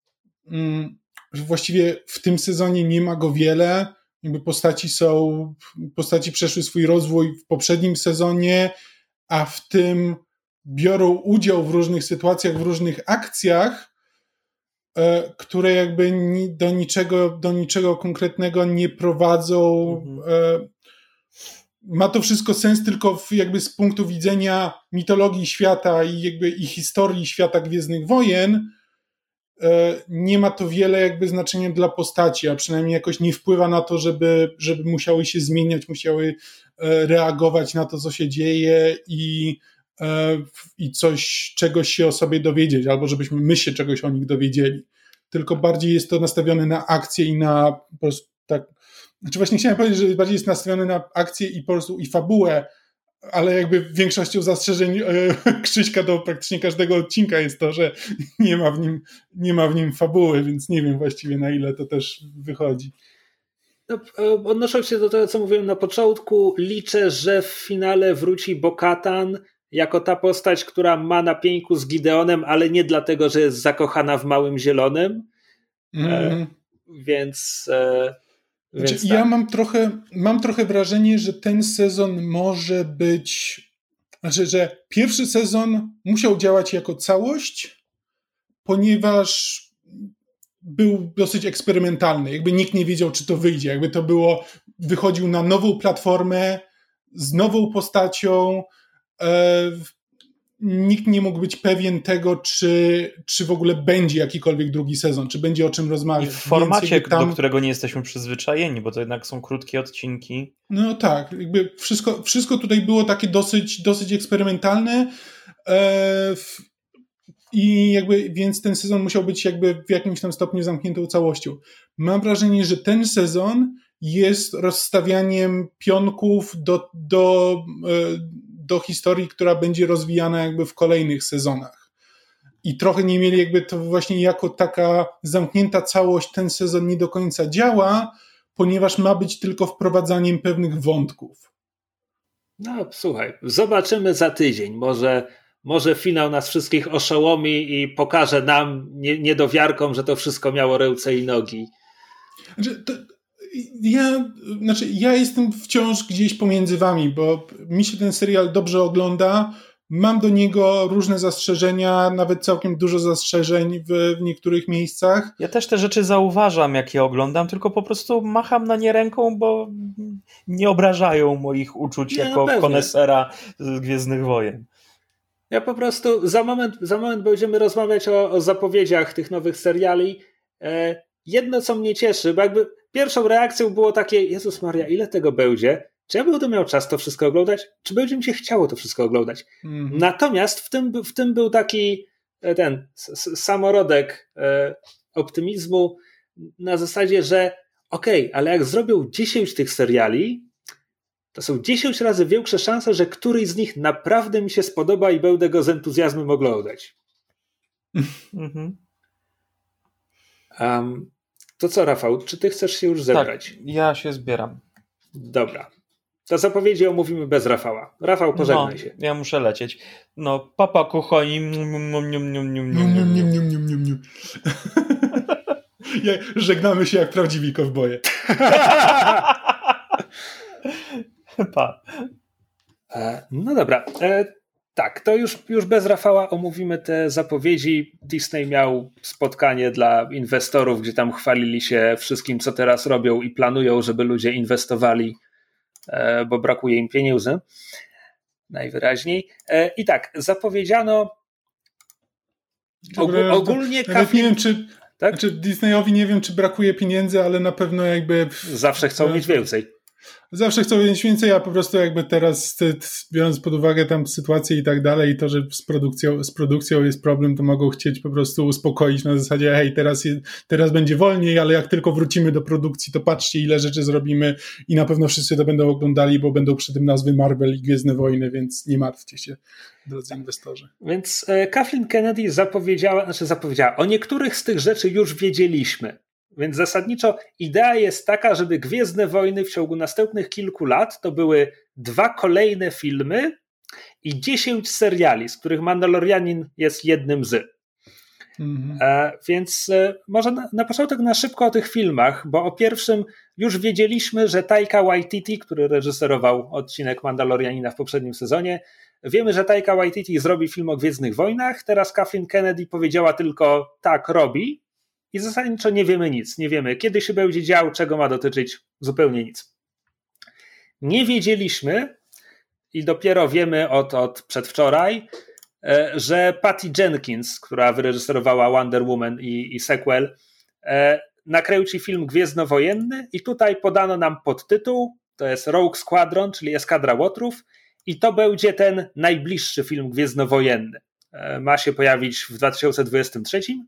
mm, właściwie w tym sezonie nie ma go wiele, jakby postaci są postaci przeszły swój rozwój w poprzednim sezonie, a w tym biorą udział w różnych sytuacjach, w różnych akcjach, e, które jakby ni, do niczego do niczego konkretnego nie prowadzą. Mhm. E, ma to wszystko sens tylko w, jakby z punktu widzenia mitologii świata i jakby i historii świata Gwiezdnych Wojen. E, nie ma to wiele jakby znaczenia dla postaci, a przynajmniej jakoś nie wpływa na to, żeby, żeby musiały się zmieniać, musiały e, reagować na to, co się dzieje i, e, i coś, czegoś się o sobie dowiedzieć, albo żebyśmy my się czegoś o nich dowiedzieli. Tylko bardziej jest to nastawione na akcję i na po prostu tak. Znaczy właśnie chciałem powiedzieć, że bardziej jest nastawiony na akcję i po prostu i fabułę, ale jakby większością zastrzeżeń e, Krzyśka do praktycznie każdego odcinka jest to, że nie ma w nim, nie ma w nim fabuły, więc nie wiem właściwie na ile to też wychodzi. No, odnosząc się do tego, co mówiłem na początku, liczę, że w finale wróci Bo-Katan jako ta postać, która ma na pieńku z Gideonem, ale nie dlatego, że jest zakochana w Małym Zielonym. Mm. E, więc... E, Znaczy, tak. Ja mam trochę, mam trochę wrażenie, że ten sezon może być, znaczy, że pierwszy sezon musiał działać jako całość, ponieważ był dosyć eksperymentalny. Jakby nikt nie wiedział, czy to wyjdzie. Jakby to było wychodził na nową platformę, z nową postacią. E, nikt nie mógł być pewien tego, czy, czy w ogóle będzie jakikolwiek drugi sezon, czy będzie o czym rozmawiać. I w formacie, tam... do którego nie jesteśmy przyzwyczajeni, bo to jednak są krótkie odcinki. No tak, jakby wszystko, wszystko tutaj było takie dosyć, dosyć eksperymentalne e, w, i jakby, więc ten sezon musiał być jakby w jakimś tam stopniu zamkniętą całością. Mam wrażenie, że ten sezon jest rozstawianiem pionków do, do, do historii, która będzie rozwijana jakby w kolejnych sezonach. I trochę nie mieli jakby to właśnie jako taka zamknięta całość, ten sezon nie do końca działa, ponieważ ma być tylko wprowadzaniem pewnych wątków. No słuchaj, zobaczymy za tydzień. Może, może finał nas wszystkich oszołomi i pokaże nam, nie, niedowiarkom, że to wszystko miało ręce i nogi. Znaczy, to, ja, znaczy, ja jestem wciąż gdzieś pomiędzy wami, bo mi się ten serial dobrze ogląda. Mam do niego różne zastrzeżenia, nawet całkiem dużo zastrzeżeń w, w niektórych miejscach. Ja też te rzeczy zauważam, jak je oglądam, tylko po prostu macham na nie ręką, bo nie obrażają moich uczuć nie, jako no konesera Gwiezdnych Wojen. Ja po prostu za moment, za moment będziemy rozmawiać o, o zapowiedziach tych nowych seriali. E, jedno, co mnie cieszy, bo jakby pierwszą reakcją było takie, Jezus Maria, ile tego będzie? Czy ja będę miał czas to wszystko oglądać? Czy będzie mi się chciało to wszystko oglądać? Mm. Natomiast w tym, w tym był taki ten samorodek e, optymizmu na zasadzie, że okej, okay, ale jak zrobią dziesięć tych seriali, to są dziesięć razy większe szanse, że któryś z nich naprawdę mi się spodoba i będę go z entuzjazmem oglądać. Mm-hmm. Um, to co, Rafał, czy ty chcesz się już zebrać? Tak, ja się zbieram. Dobra. To zapowiedzi omówimy bez Rafała. Rafał, pożegnaj no, się. Ja muszę lecieć. No, papa kochani. Żegnamy się jak prawdziwi kowboje. Pa. E, no dobra. E, tak, to już, już bez Rafała omówimy te zapowiedzi. Disney miał spotkanie dla inwestorów, gdzie tam chwalili się wszystkim, co teraz robią i planują, żeby ludzie inwestowali, e, bo brakuje im pieniędzy. Najwyraźniej. E, I tak, zapowiedziano Dobra, ogólnie... To, nawet nie wiem, czy, tak? Znaczy Disneyowi nie wiem, czy brakuje pieniędzy, ale na pewno jakby... Zawsze chcą mieć więcej. Zawsze chcą mieć więcej, a po prostu jakby teraz, biorąc pod uwagę tam sytuację i tak dalej i to, że z produkcją, z produkcją jest problem, to mogą chcieć po prostu uspokoić na zasadzie hej, teraz, teraz będzie wolniej, ale jak tylko wrócimy do produkcji, to patrzcie, ile rzeczy zrobimy i na pewno wszyscy to będą oglądali, bo będą przy tym nazwy Marvel i Gwiezdne Wojny, więc nie martwcie się, drodzy inwestorzy. Więc e, Kathleen Kennedy zapowiedziała, znaczy zapowiedziała, o niektórych z tych rzeczy już wiedzieliśmy. Więc zasadniczo idea jest taka, żeby Gwiezdne Wojny w ciągu następnych kilku lat to były dwa kolejne filmy i dziesięć seriali, z których Mandalorianin jest jednym z. Mhm. E, więc e, może na, na początek na szybko o tych filmach, bo o pierwszym już wiedzieliśmy, że Taika Waititi, który reżyserował odcinek Mandalorianina w poprzednim sezonie, wiemy, że Taika Waititi zrobi film o Gwiezdnych Wojnach, teraz Kathleen Kennedy powiedziała tylko tak, robi. I zasadniczo nie wiemy nic. Nie wiemy, kiedy się będzie działo, czego ma dotyczyć, zupełnie nic. Nie wiedzieliśmy i dopiero wiemy od, od przedwczoraj, że Patty Jenkins, która wyreżyserowała Wonder Woman i, i sequel, nakręci film gwiezdnowojenny i tutaj podano nam podtytuł, to jest Rogue Squadron, czyli Eskadra Łotrów i to będzie ten najbliższy film gwiezdnowojenny. Ma się pojawić w dwa tysiące dwudziestym trzecim.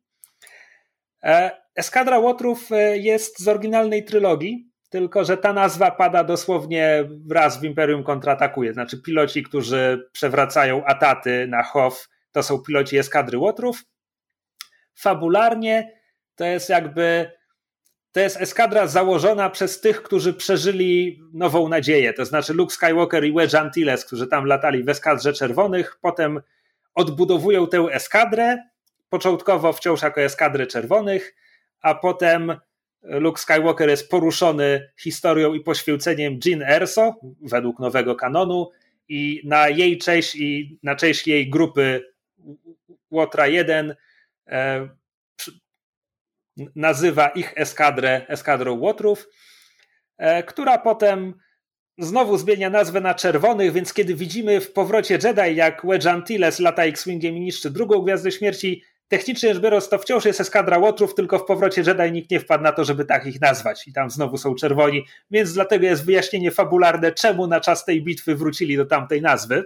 Eskadra Łotrów jest z oryginalnej trylogii, tylko że ta nazwa pada dosłownie raz w Imperium kontratakuje. Znaczy piloci, którzy przewracają Ataty na Hoth, to są piloci Eskadry Łotrów. Fabularnie to jest jakby to jest eskadra założona przez tych, którzy przeżyli Nową Nadzieję. To znaczy Luke Skywalker i Wedge Antilles, którzy tam latali w Eskadrze Czerwonych, potem odbudowują tę eskadrę, początkowo wciąż jako Eskadry Czerwonych, a potem Luke Skywalker jest poruszony historią i poświęceniem Jyn Erso według nowego kanonu i na jej cześć i na cześć jej grupy Łotra jeden e, przy, nazywa ich eskadrę eskadrą Łotrów. która potem znowu zmienia nazwę na Czerwonych, więc kiedy widzimy w Powrocie Jedi, jak Wedge Antilles lata X-Wingiem i niszczy drugą Gwiazdę Śmierci, technicznie rzecz biorąc to wciąż jest eskadra łotrów, tylko w Powrocie Jedi nikt nie wpadł na to, żeby tak ich nazwać i tam znowu są czerwoni, więc dlatego jest wyjaśnienie fabularne, czemu na czas tej bitwy wrócili do tamtej nazwy.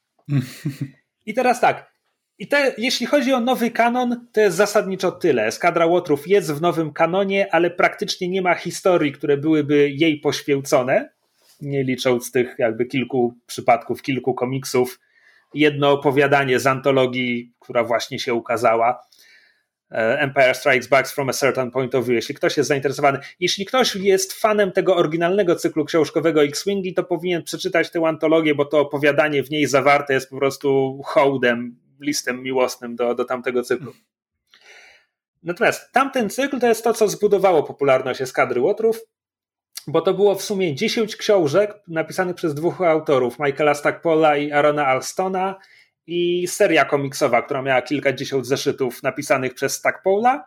I teraz tak, i te, jeśli chodzi o nowy kanon, to jest zasadniczo tyle. Eskadra łotrów jest w nowym kanonie, ale praktycznie nie ma historii, które byłyby jej poświęcone, nie licząc tych jakby kilku przypadków, kilku komiksów, jedno opowiadanie z antologii, która właśnie się ukazała, Empire Strikes Back from a Certain Point of View. Jeśli ktoś jest zainteresowany, jeśli ktoś jest fanem tego oryginalnego cyklu książkowego X-Wingi, to powinien przeczytać tę antologię, bo to opowiadanie w niej zawarte jest po prostu hołdem, listem miłosnym do, do tamtego cyklu. Natomiast tamten cykl to jest to, co zbudowało popularność Eskadry Łotrów, bo to było w sumie dziesięć książek napisanych przez dwóch autorów, Michaela Stackpola i Aarona Alstona, i seria komiksowa, która miała kilkadziesiąt zeszytów napisanych przez Stackpola.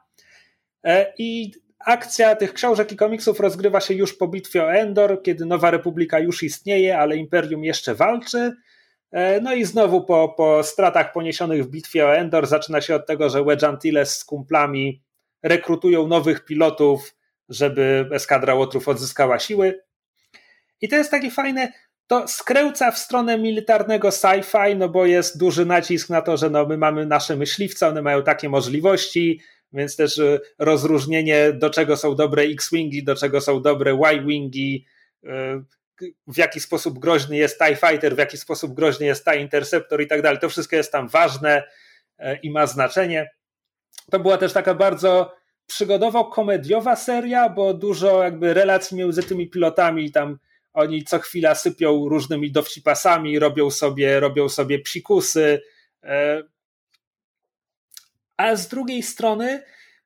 I akcja tych książek i komiksów rozgrywa się już po bitwie o Endor, kiedy Nowa Republika już istnieje, ale Imperium jeszcze walczy. No i znowu po, po stratach poniesionych w bitwie o Endor zaczyna się od tego, że Wedge Antilles z kumplami rekrutują nowych pilotów, żeby eskadra łotrów odzyskała siły. I to jest takie fajne, to skręca w stronę militarnego sci-fi, no bo jest duży nacisk na to, że no my mamy nasze myśliwce, one mają takie możliwości, więc też rozróżnienie, do czego są dobre X-Wingi, do czego są dobre Y-Wingi, w jaki sposób groźny jest TIE Fighter, w jaki sposób groźny jest TIE Interceptor i tak dalej. To wszystko jest tam ważne i ma znaczenie. To była też taka bardzo przygodowo-komediowa seria, bo dużo jakby relacji między tymi pilotami, tam oni co chwila sypią różnymi dowcipasami, robią sobie, robią sobie psikusy. A z drugiej strony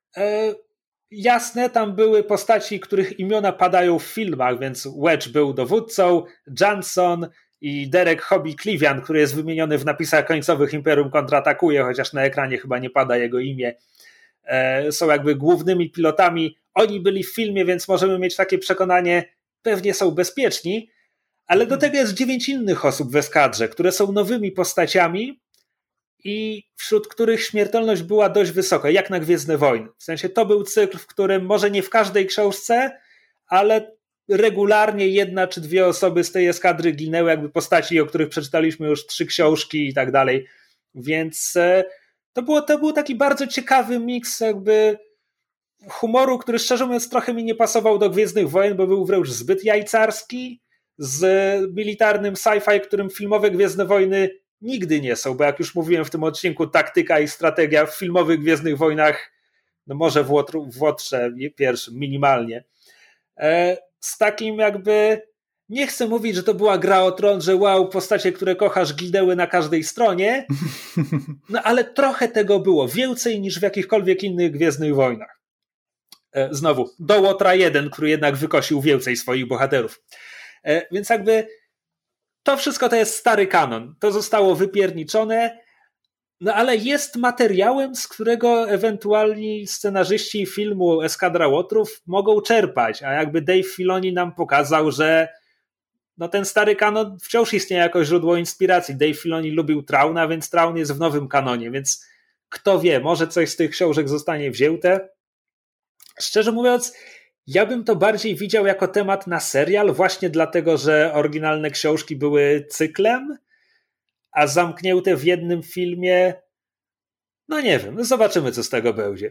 jasne, tam były postaci, których imiona padają w filmach, więc Wedge był dowódcą, Johnson i Derek Hobby Clivian, który jest wymieniony w napisach końcowych Imperium kontratakuje, chociaż na ekranie chyba nie pada jego imię, są jakby głównymi pilotami. Oni byli w filmie, więc możemy mieć takie przekonanie, pewnie są bezpieczni, ale do tego jest dziewięć innych osób w eskadrze, które są nowymi postaciami i wśród których śmiertelność była dość wysoka, jak na Gwiezdne Wojny. W sensie to był cykl, w którym może nie w każdej książce, ale regularnie jedna czy dwie osoby z tej eskadry ginęły, jakby postaci, o których przeczytaliśmy już trzy książki i tak dalej. Więc to, było, to był taki bardzo ciekawy miks jakby humoru, który szczerze mówiąc trochę mi nie pasował do Gwiezdnych Wojen, bo był wręcz zbyt jajcarski, z militarnym sci-fi, którym filmowe Gwiezdne Wojny nigdy nie są, bo jak już mówiłem w tym odcinku, taktyka i strategia w filmowych Gwiezdnych Wojnach, no może w, Łotr- w Łotrze pierwszym, minimalnie. E, z takim jakby, nie chcę mówić, że to była gra o tron, że wow, postacie, które kochasz, ginęły na każdej stronie, no ale trochę tego było, więcej niż w jakichkolwiek innych Gwiezdnych Wojnach. E, znowu, do Łotra jeden, który jednak wykosił więcej swoich bohaterów. E, więc jakby to wszystko to jest stary kanon. To zostało wypierniczone, no ale jest materiałem, z którego ewentualni scenarzyści filmu Eskadra Łotrów mogą czerpać, a jakby Dave Filoni nam pokazał, że no ten stary kanon wciąż istnieje jako źródło inspiracji. Dave Filoni lubił Trauna, więc Traun jest w nowym kanonie, więc kto wie, może coś z tych książek zostanie wzięte. Szczerze mówiąc, ja bym to bardziej widział jako temat na serial, właśnie dlatego, że oryginalne książki były cyklem, a zamknięte w jednym filmie, no nie wiem, no zobaczymy, co z tego będzie.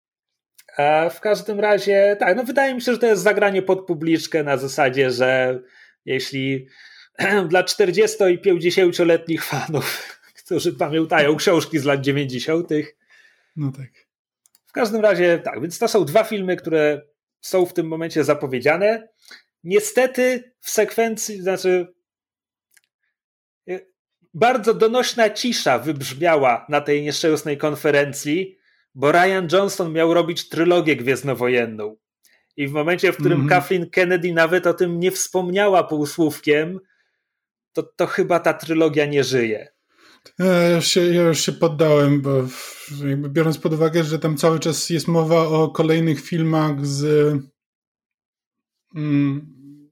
A w każdym razie, tak, no wydaje mi się, że to jest zagranie pod publiczkę na zasadzie, że jeśli dla czterdziesto- i pięćdziesięcioletnich fanów, którzy pamiętają książki z lat dziewięćdziesiątych. No tak. W każdym razie, tak, więc to są dwa filmy, które są w tym momencie zapowiedziane. Niestety w sekwencji, znaczy bardzo donośna cisza wybrzmiała na tej nieszczęsnej konferencji, bo Rian Johnson miał robić trylogię gwiezdnowojenną. I w momencie, w którym mm-hmm. Kathleen Kennedy nawet o tym nie wspomniała półsłówkiem, to, to chyba ta trylogia nie żyje. Ja już się, ja już się poddałem, bo jakby biorąc pod uwagę, że tam cały czas jest mowa o kolejnych filmach z, mm,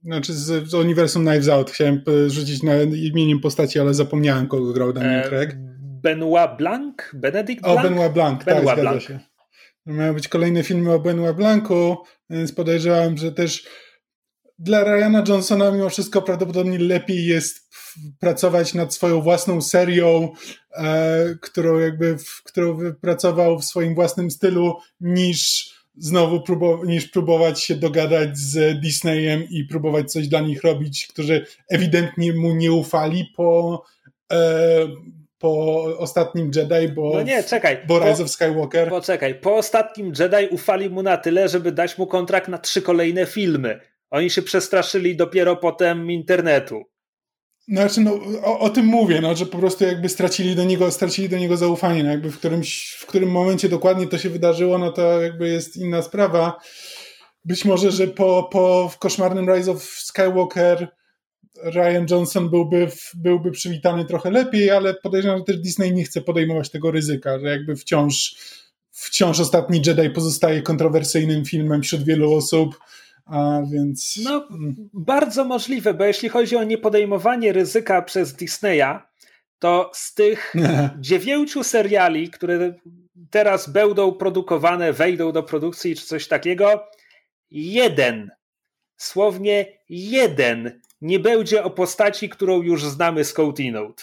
Znaczy z, z uniwersum Knives Out. Chciałem rzucić na imieniem postaci, ale zapomniałem, kogo grał Daniel Craig. E, Benoit Blanc? Benedict Blanc? O, Benoit Blanc, Benoit tak, Blanc. zgadza się. Mają być kolejne filmy o Benoit Blancu, więc podejrzewam, że też dla Ryana Johnsona mimo wszystko prawdopodobnie lepiej jest pracować nad swoją własną serią, e, którą jakby w, którą wypracował w swoim własnym stylu, niż znowu próbować, niż próbować się dogadać z Disneyem i próbować coś dla nich robić, którzy ewidentnie mu nie ufali po e, po ostatnim Jedi, bo, no nie, czekaj, bo Rise po, of Skywalker. Poczekaj, po ostatnim Jedi ufali mu na tyle, żeby dać mu kontrakt na trzy kolejne filmy. Oni się przestraszyli dopiero potem internetu. Znaczy, no, o, o tym mówię, no, że po prostu jakby stracili do niego, stracili do niego zaufanie. No, jakby w którymś, w którym momencie dokładnie to się wydarzyło, no to jakby jest inna sprawa. Być może, że po, po w koszmarnym Rise of Skywalker Rian Johnson byłby, byłby przywitany trochę lepiej, ale podejrzewam, że też Disney nie chce podejmować tego ryzyka, że jakby wciąż, wciąż Ostatni Jedi pozostaje kontrowersyjnym filmem wśród wielu osób, a więc... No, bardzo możliwe, bo jeśli chodzi o niepodejmowanie ryzyka przez Disneya, to z tych dziewięciu seriali, które teraz będą produkowane, wejdą do produkcji czy coś takiego, jeden, słownie jeden nie będzie o postaci, którą już znamy z Cold Note.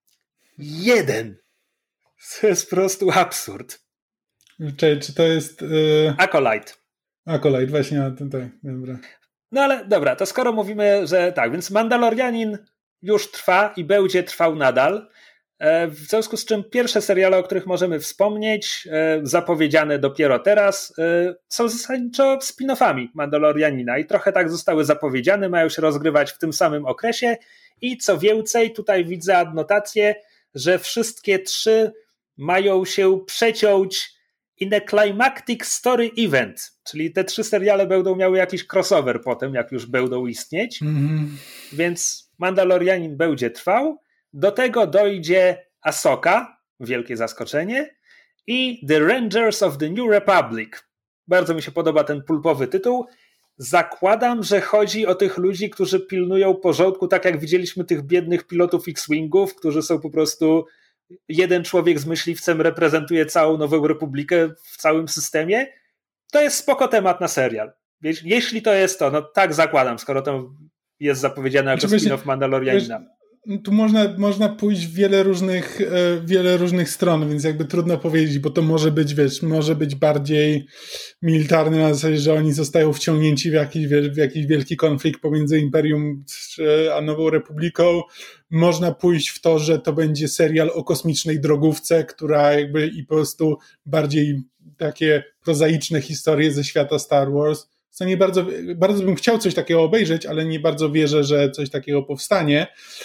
Jeden. To jest po prostu absurd. Czy, czy to jest... Yy... Acolyte. Acolyte, właśnie tutaj, dobra. No ale dobra, to skoro mówimy, że tak, więc Mandalorianin już trwa i będzie trwał nadal, w związku z czym pierwsze seriale, o których możemy wspomnieć, zapowiedziane dopiero teraz, są zasadniczo spin-offami Mandalorianina i trochę tak zostały zapowiedziane, mają się rozgrywać w tym samym okresie i co więcej, tutaj widzę adnotację, że wszystkie trzy mają się przeciąć in a climactic story event, czyli te trzy seriale będą miały jakiś crossover potem, jak już będą istnieć, mm-hmm. Więc Mandalorianin będzie trwał. Do tego dojdzie Ahsoka, wielkie zaskoczenie, i The Rangers of the New Republic. Bardzo mi się podoba ten pulpowy tytuł. Zakładam, że chodzi o tych ludzi, którzy pilnują porządku, tak jak widzieliśmy tych biednych pilotów X-Wingów, którzy są po prostu... Jeden człowiek z myśliwcem reprezentuje całą Nową Republikę w całym systemie. To jest spoko temat na serial. Jeśli to jest to, no tak zakładam, skoro to jest zapowiedziane jako spin-off Mandalorianina. Tu można, można pójść w wiele różnych, wiele różnych stron, więc jakby trudno powiedzieć, bo to może być, wiesz, może być bardziej militarny na zasadzie, że oni zostają wciągnięci w jakiś, w jakiś wielki konflikt pomiędzy Imperium a Nową Republiką. Można pójść w to, że to będzie serial o kosmicznej drogówce, która jakby i po prostu bardziej takie prozaiczne historie ze świata Star Wars. Co nie bardzo, bardzo bym chciał coś takiego obejrzeć, ale nie bardzo wierzę, że coś takiego powstanie.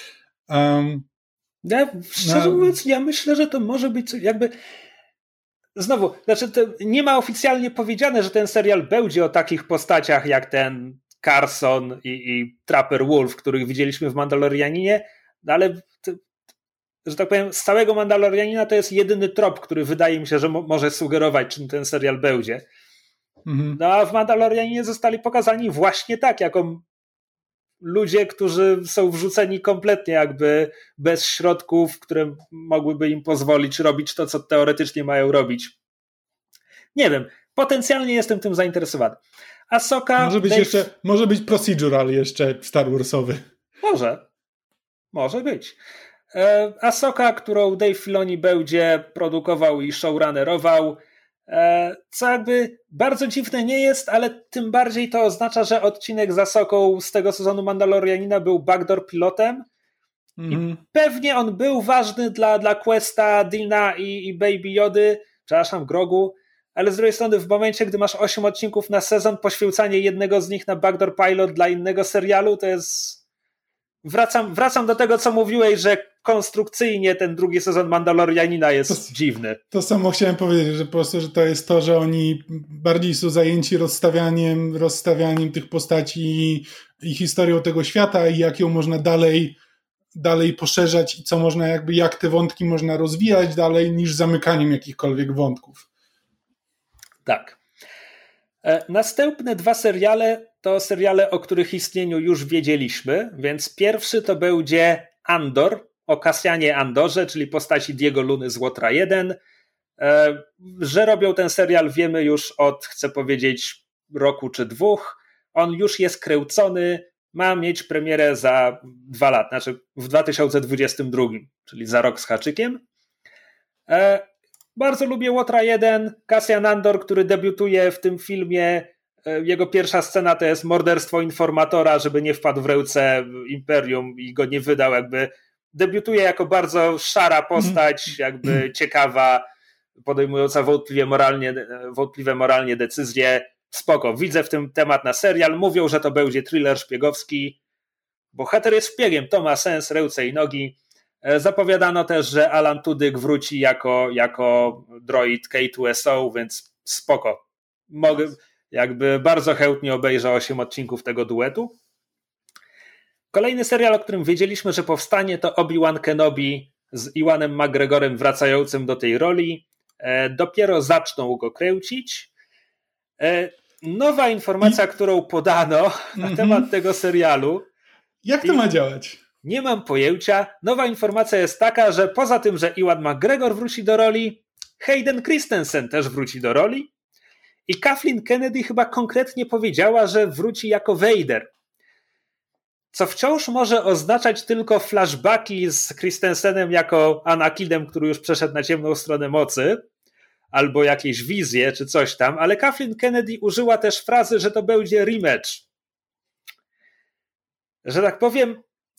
Um, ja, szczerze no. mówiąc, ja myślę, że to może być coś jakby... Znowu, znaczy to nie ma oficjalnie powiedziane, że ten serial będzie o takich postaciach jak ten Carson i, i Trapper Wolf, których widzieliśmy w Mandalorianinie, no ale to, że tak powiem, z całego Mandalorianina to jest jedyny trop, który wydaje mi się, że mo- może sugerować, czym ten serial będzie. Mhm. No a w Mandalorianinie zostali pokazani właśnie tak, jako ludzie, którzy są wrzuceni kompletnie jakby bez środków, które mogłyby im pozwolić robić to, co teoretycznie mają robić. Nie wiem, potencjalnie jestem tym zainteresowany. Ahsoka... Może być Dave... jeszcze, może być procedural jeszcze Star Warsowy. Może. Może być. E, Ahsoka, którą Dave Filoni będzie produkował i showrunnerował, e, co jakby bardzo dziwne nie jest, ale tym bardziej to oznacza, że odcinek z Ahsoką z tego sezonu Mandalorianina był backdoor pilotem mm-hmm. i pewnie on był ważny dla, dla Questa, Dina i, i Baby Jody, przepraszam, Grogu, ale z drugiej strony w momencie, gdy masz osiem odcinków na sezon, poświęcanie jednego z nich na backdoor pilot dla innego serialu, to jest... Wracam, wracam do tego, co mówiłeś, że konstrukcyjnie ten drugi sezon Mandalorianina jest to, dziwny. To samo chciałem powiedzieć, że po prostu, że to jest to, że oni bardziej są zajęci rozstawianiem, rozstawianiem tych postaci i, i historią tego świata i jak ją można dalej, dalej poszerzać i co można jakby, jak te wątki można rozwijać dalej, niż zamykaniem jakichkolwiek wątków. Tak. Następne dwa seriale to seriale, o których istnieniu już wiedzieliśmy, więc pierwszy to będzie Andor, o Cassianie Andorze, czyli postaci Diego Luny z Łotra jeden. Że robią ten serial wiemy już od, chcę powiedzieć, roku czy dwóch. On już jest kręcony, ma mieć premierę za dwa lata, znaczy w dwa tysiące dwudziestym drugim, czyli za rok z haczykiem. Bardzo lubię Łotra jeden, Cassian Andor, który debiutuje w tym filmie. Jego pierwsza scena to jest morderstwo informatora, żeby nie wpadł w ręce Imperium i go nie wydał. Jakby debiutuje jako bardzo szara postać, jakby ciekawa, podejmująca wątpliwie moralnie, wątpliwe moralnie decyzje. Spoko, widzę w tym temat na serial. Mówią, że to będzie thriller szpiegowski. Bohater jest szpiegiem, to ma sens, ręce i nogi. Zapowiadano też, że Alan Tudyk wróci jako, jako droid K dwa S O, więc spoko. Mogę, jakby bardzo chętnie obejrzę osiem odcinków tego duetu. Kolejny serial, o którym wiedzieliśmy, że powstanie, to Obi-Wan Kenobi z Ewanem McGregorem wracającym do tej roli. E, dopiero zaczną go kręcić. E, nowa informacja, I... którą podano na mm-hmm. temat tego serialu. Jak to I... ma działać? Nie mam pojęcia. Nowa informacja jest taka, że poza tym, że Ewan McGregor wróci do roli, Hayden Christensen też wróci do roli i Kathleen Kennedy chyba konkretnie powiedziała, że wróci jako Vader. Co wciąż może oznaczać tylko flashbacki z Christensenem jako Anakinem, który już przeszedł na ciemną stronę mocy, albo jakieś wizje, czy coś tam, ale Kathleen Kennedy użyła też frazy, że to będzie rematch. Że tak powiem,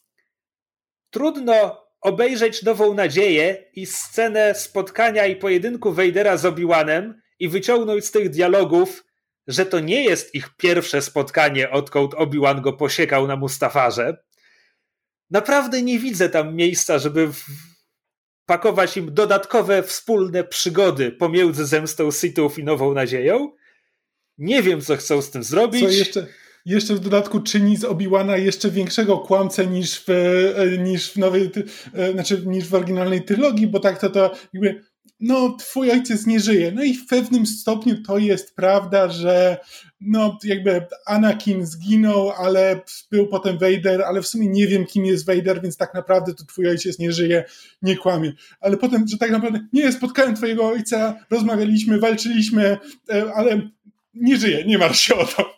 trudno obejrzeć Nową Nadzieję i scenę spotkania i pojedynku Vadera z Obi-Wanem i wyciągnąć z tych dialogów, że to nie jest ich pierwsze spotkanie, odkąd Obi-Wan go posiekał na Mustafarze. Naprawdę nie widzę tam miejsca, żeby pakować im dodatkowe wspólne przygody pomiędzy Zemstą Sithów i Nową Nadzieją. Nie wiem, co chcą z tym zrobić. Co jeszcze... Jeszcze w dodatku czyni z Obi-Wana jeszcze większego kłamcę niż w, niż w nowej, znaczy niż w oryginalnej trylogii, bo tak to to jakby, no twój ojciec nie żyje. No i w pewnym stopniu to jest prawda, że no jakby Anakin zginął, ale był potem Vader, ale w sumie nie wiem, kim jest Vader, więc tak naprawdę to twój ojciec nie żyje, nie kłamie. Ale potem, że tak naprawdę nie, spotkałem twojego ojca, rozmawialiśmy, walczyliśmy, ale nie żyje, nie martw się o to.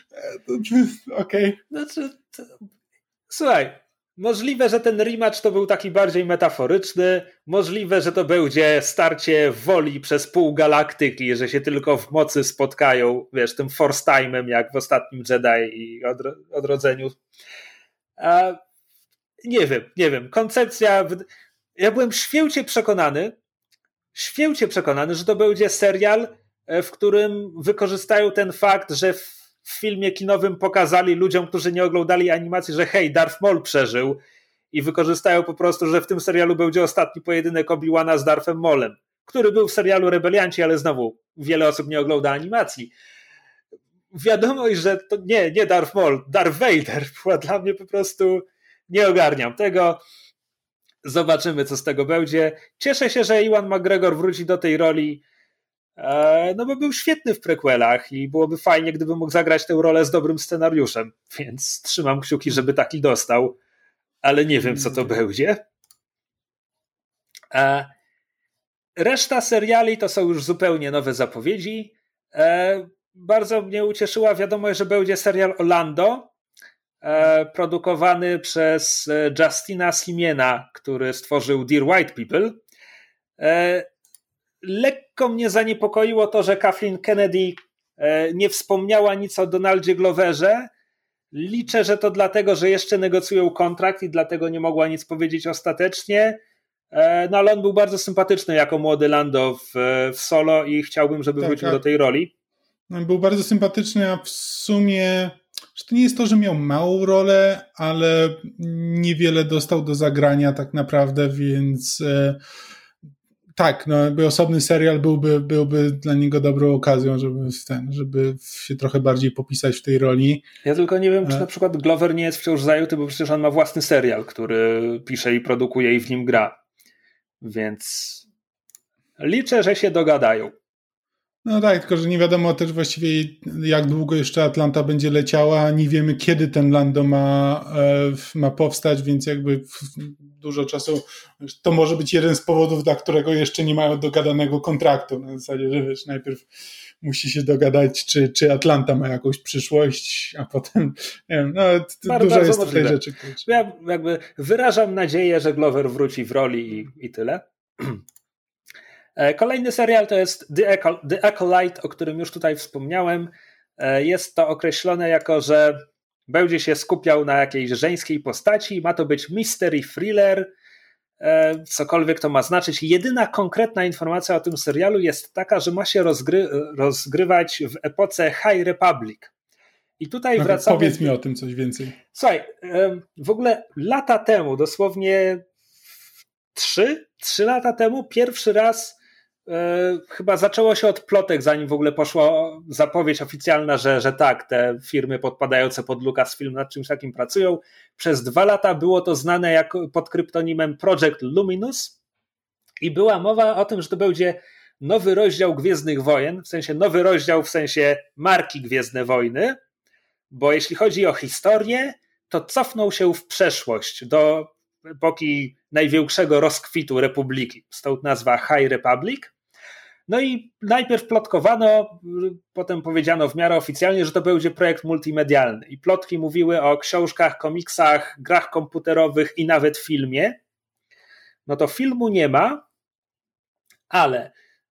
Okej. Okay. Znaczy, to... Słuchaj, możliwe, że ten rematch to był taki bardziej metaforyczny, możliwe, że to będzie starcie woli przez pół galaktyki, że się tylko w mocy spotkają, wiesz, tym force time'em, jak w ostatnim Jedi i odro- odrodzeniu. A, nie wiem, nie wiem. Koncepcja... Ja byłem święcie przekonany, święcie przekonany, że to będzie serial, w którym wykorzystają ten fakt, że w w filmie kinowym pokazali ludziom, którzy nie oglądali animacji, że hej, Darth Maul przeżył i wykorzystają po prostu, że w tym serialu będzie ostatni pojedynek Obi-Wana z Darthem Maulem, który był w serialu Rebelianci, ale znowu wiele osób nie ogląda animacji. Wiadomość, że to nie, nie Darth Maul, Darth Vader była dla mnie po prostu, nie ogarniam tego. Zobaczymy, co z tego będzie. Cieszę się, że Ewan McGregor wróci do tej roli, no bo był świetny w prequelach i byłoby fajnie, gdyby mógł zagrać tę rolę z dobrym scenariuszem, więc trzymam kciuki, żeby taki dostał, ale nie wiem, co to będzie. Reszta seriali to są już zupełnie nowe zapowiedzi. Bardzo mnie ucieszyła wiadomość, że będzie serial o Lando, produkowany przez Justina Simiena, który stworzył Dear White People. Lekko mnie zaniepokoiło to, że Kathleen Kennedy nie wspomniała nic o Donaldzie Gloverze. Liczę, że to dlatego, że jeszcze negocjują kontrakt i dlatego nie mogła nic powiedzieć ostatecznie. No ale on był bardzo sympatyczny jako młody Lando w, w Solo i chciałbym, żeby tak, wrócił tak. do tej roli. On był bardzo sympatyczny, a w sumie że to nie jest to, że miał małą rolę, ale niewiele dostał do zagrania tak naprawdę, więc tak, no jakby osobny serial byłby, byłby dla niego dobrą okazją, żeby, ten, żeby się trochę bardziej popisać w tej roli. Ja tylko nie wiem, czy na przykład Glover nie jest wciąż zajęty, bo przecież on ma własny serial, który pisze i produkuje i w nim gra. Więc liczę, że się dogadają. No tak, tylko że nie wiadomo też właściwie jak długo jeszcze Atlanta będzie leciała, nie wiemy kiedy ten Lando ma, ma powstać, więc jakby dużo czasu, to może być jeden z powodów, dla którego jeszcze nie mają dogadanego kontraktu, na zasadzie, że wiesz, najpierw musi się dogadać, czy, czy Atlanta ma jakąś przyszłość, a potem, nie wiem, no bardzo, dużo bardzo jest możliwe. tej rzeczy. Ja jakby wyrażam nadzieję, że Glover wróci w roli i, i tyle. Kolejny serial to jest The, Aco- The Acolyte, o którym już tutaj wspomniałem. Jest to określone jako, że będzie się skupiał na jakiejś żeńskiej postaci. Ma to być mystery thriller, cokolwiek to ma znaczyć. Jedyna konkretna informacja o tym serialu jest taka, że ma się rozgry- rozgrywać w epoce High Republic. I tutaj okay, wracamy... Powiedz mi o tym coś więcej. Słuchaj, w ogóle lata temu, dosłownie trzy, trzy lata temu, pierwszy raz chyba zaczęło się od plotek, zanim w ogóle poszła zapowiedź oficjalna, że, że tak, te firmy podpadające pod Lucasfilm nad czymś takim pracują. Przez dwa lata było to znane jako, pod kryptonimem Project Luminous i była mowa o tym, że to będzie nowy rozdział Gwiezdnych Wojen, w sensie nowy rozdział w sensie marki Gwiezdne Wojny, bo jeśli chodzi o historię, to cofnął się w przeszłość do epoki największego rozkwitu Republiki, stąd nazwa High Republic. No i najpierw plotkowano, potem powiedziano w miarę oficjalnie, że to będzie projekt multimedialny. I plotki mówiły o książkach, komiksach, grach komputerowych i nawet filmie. No to filmu nie ma, ale,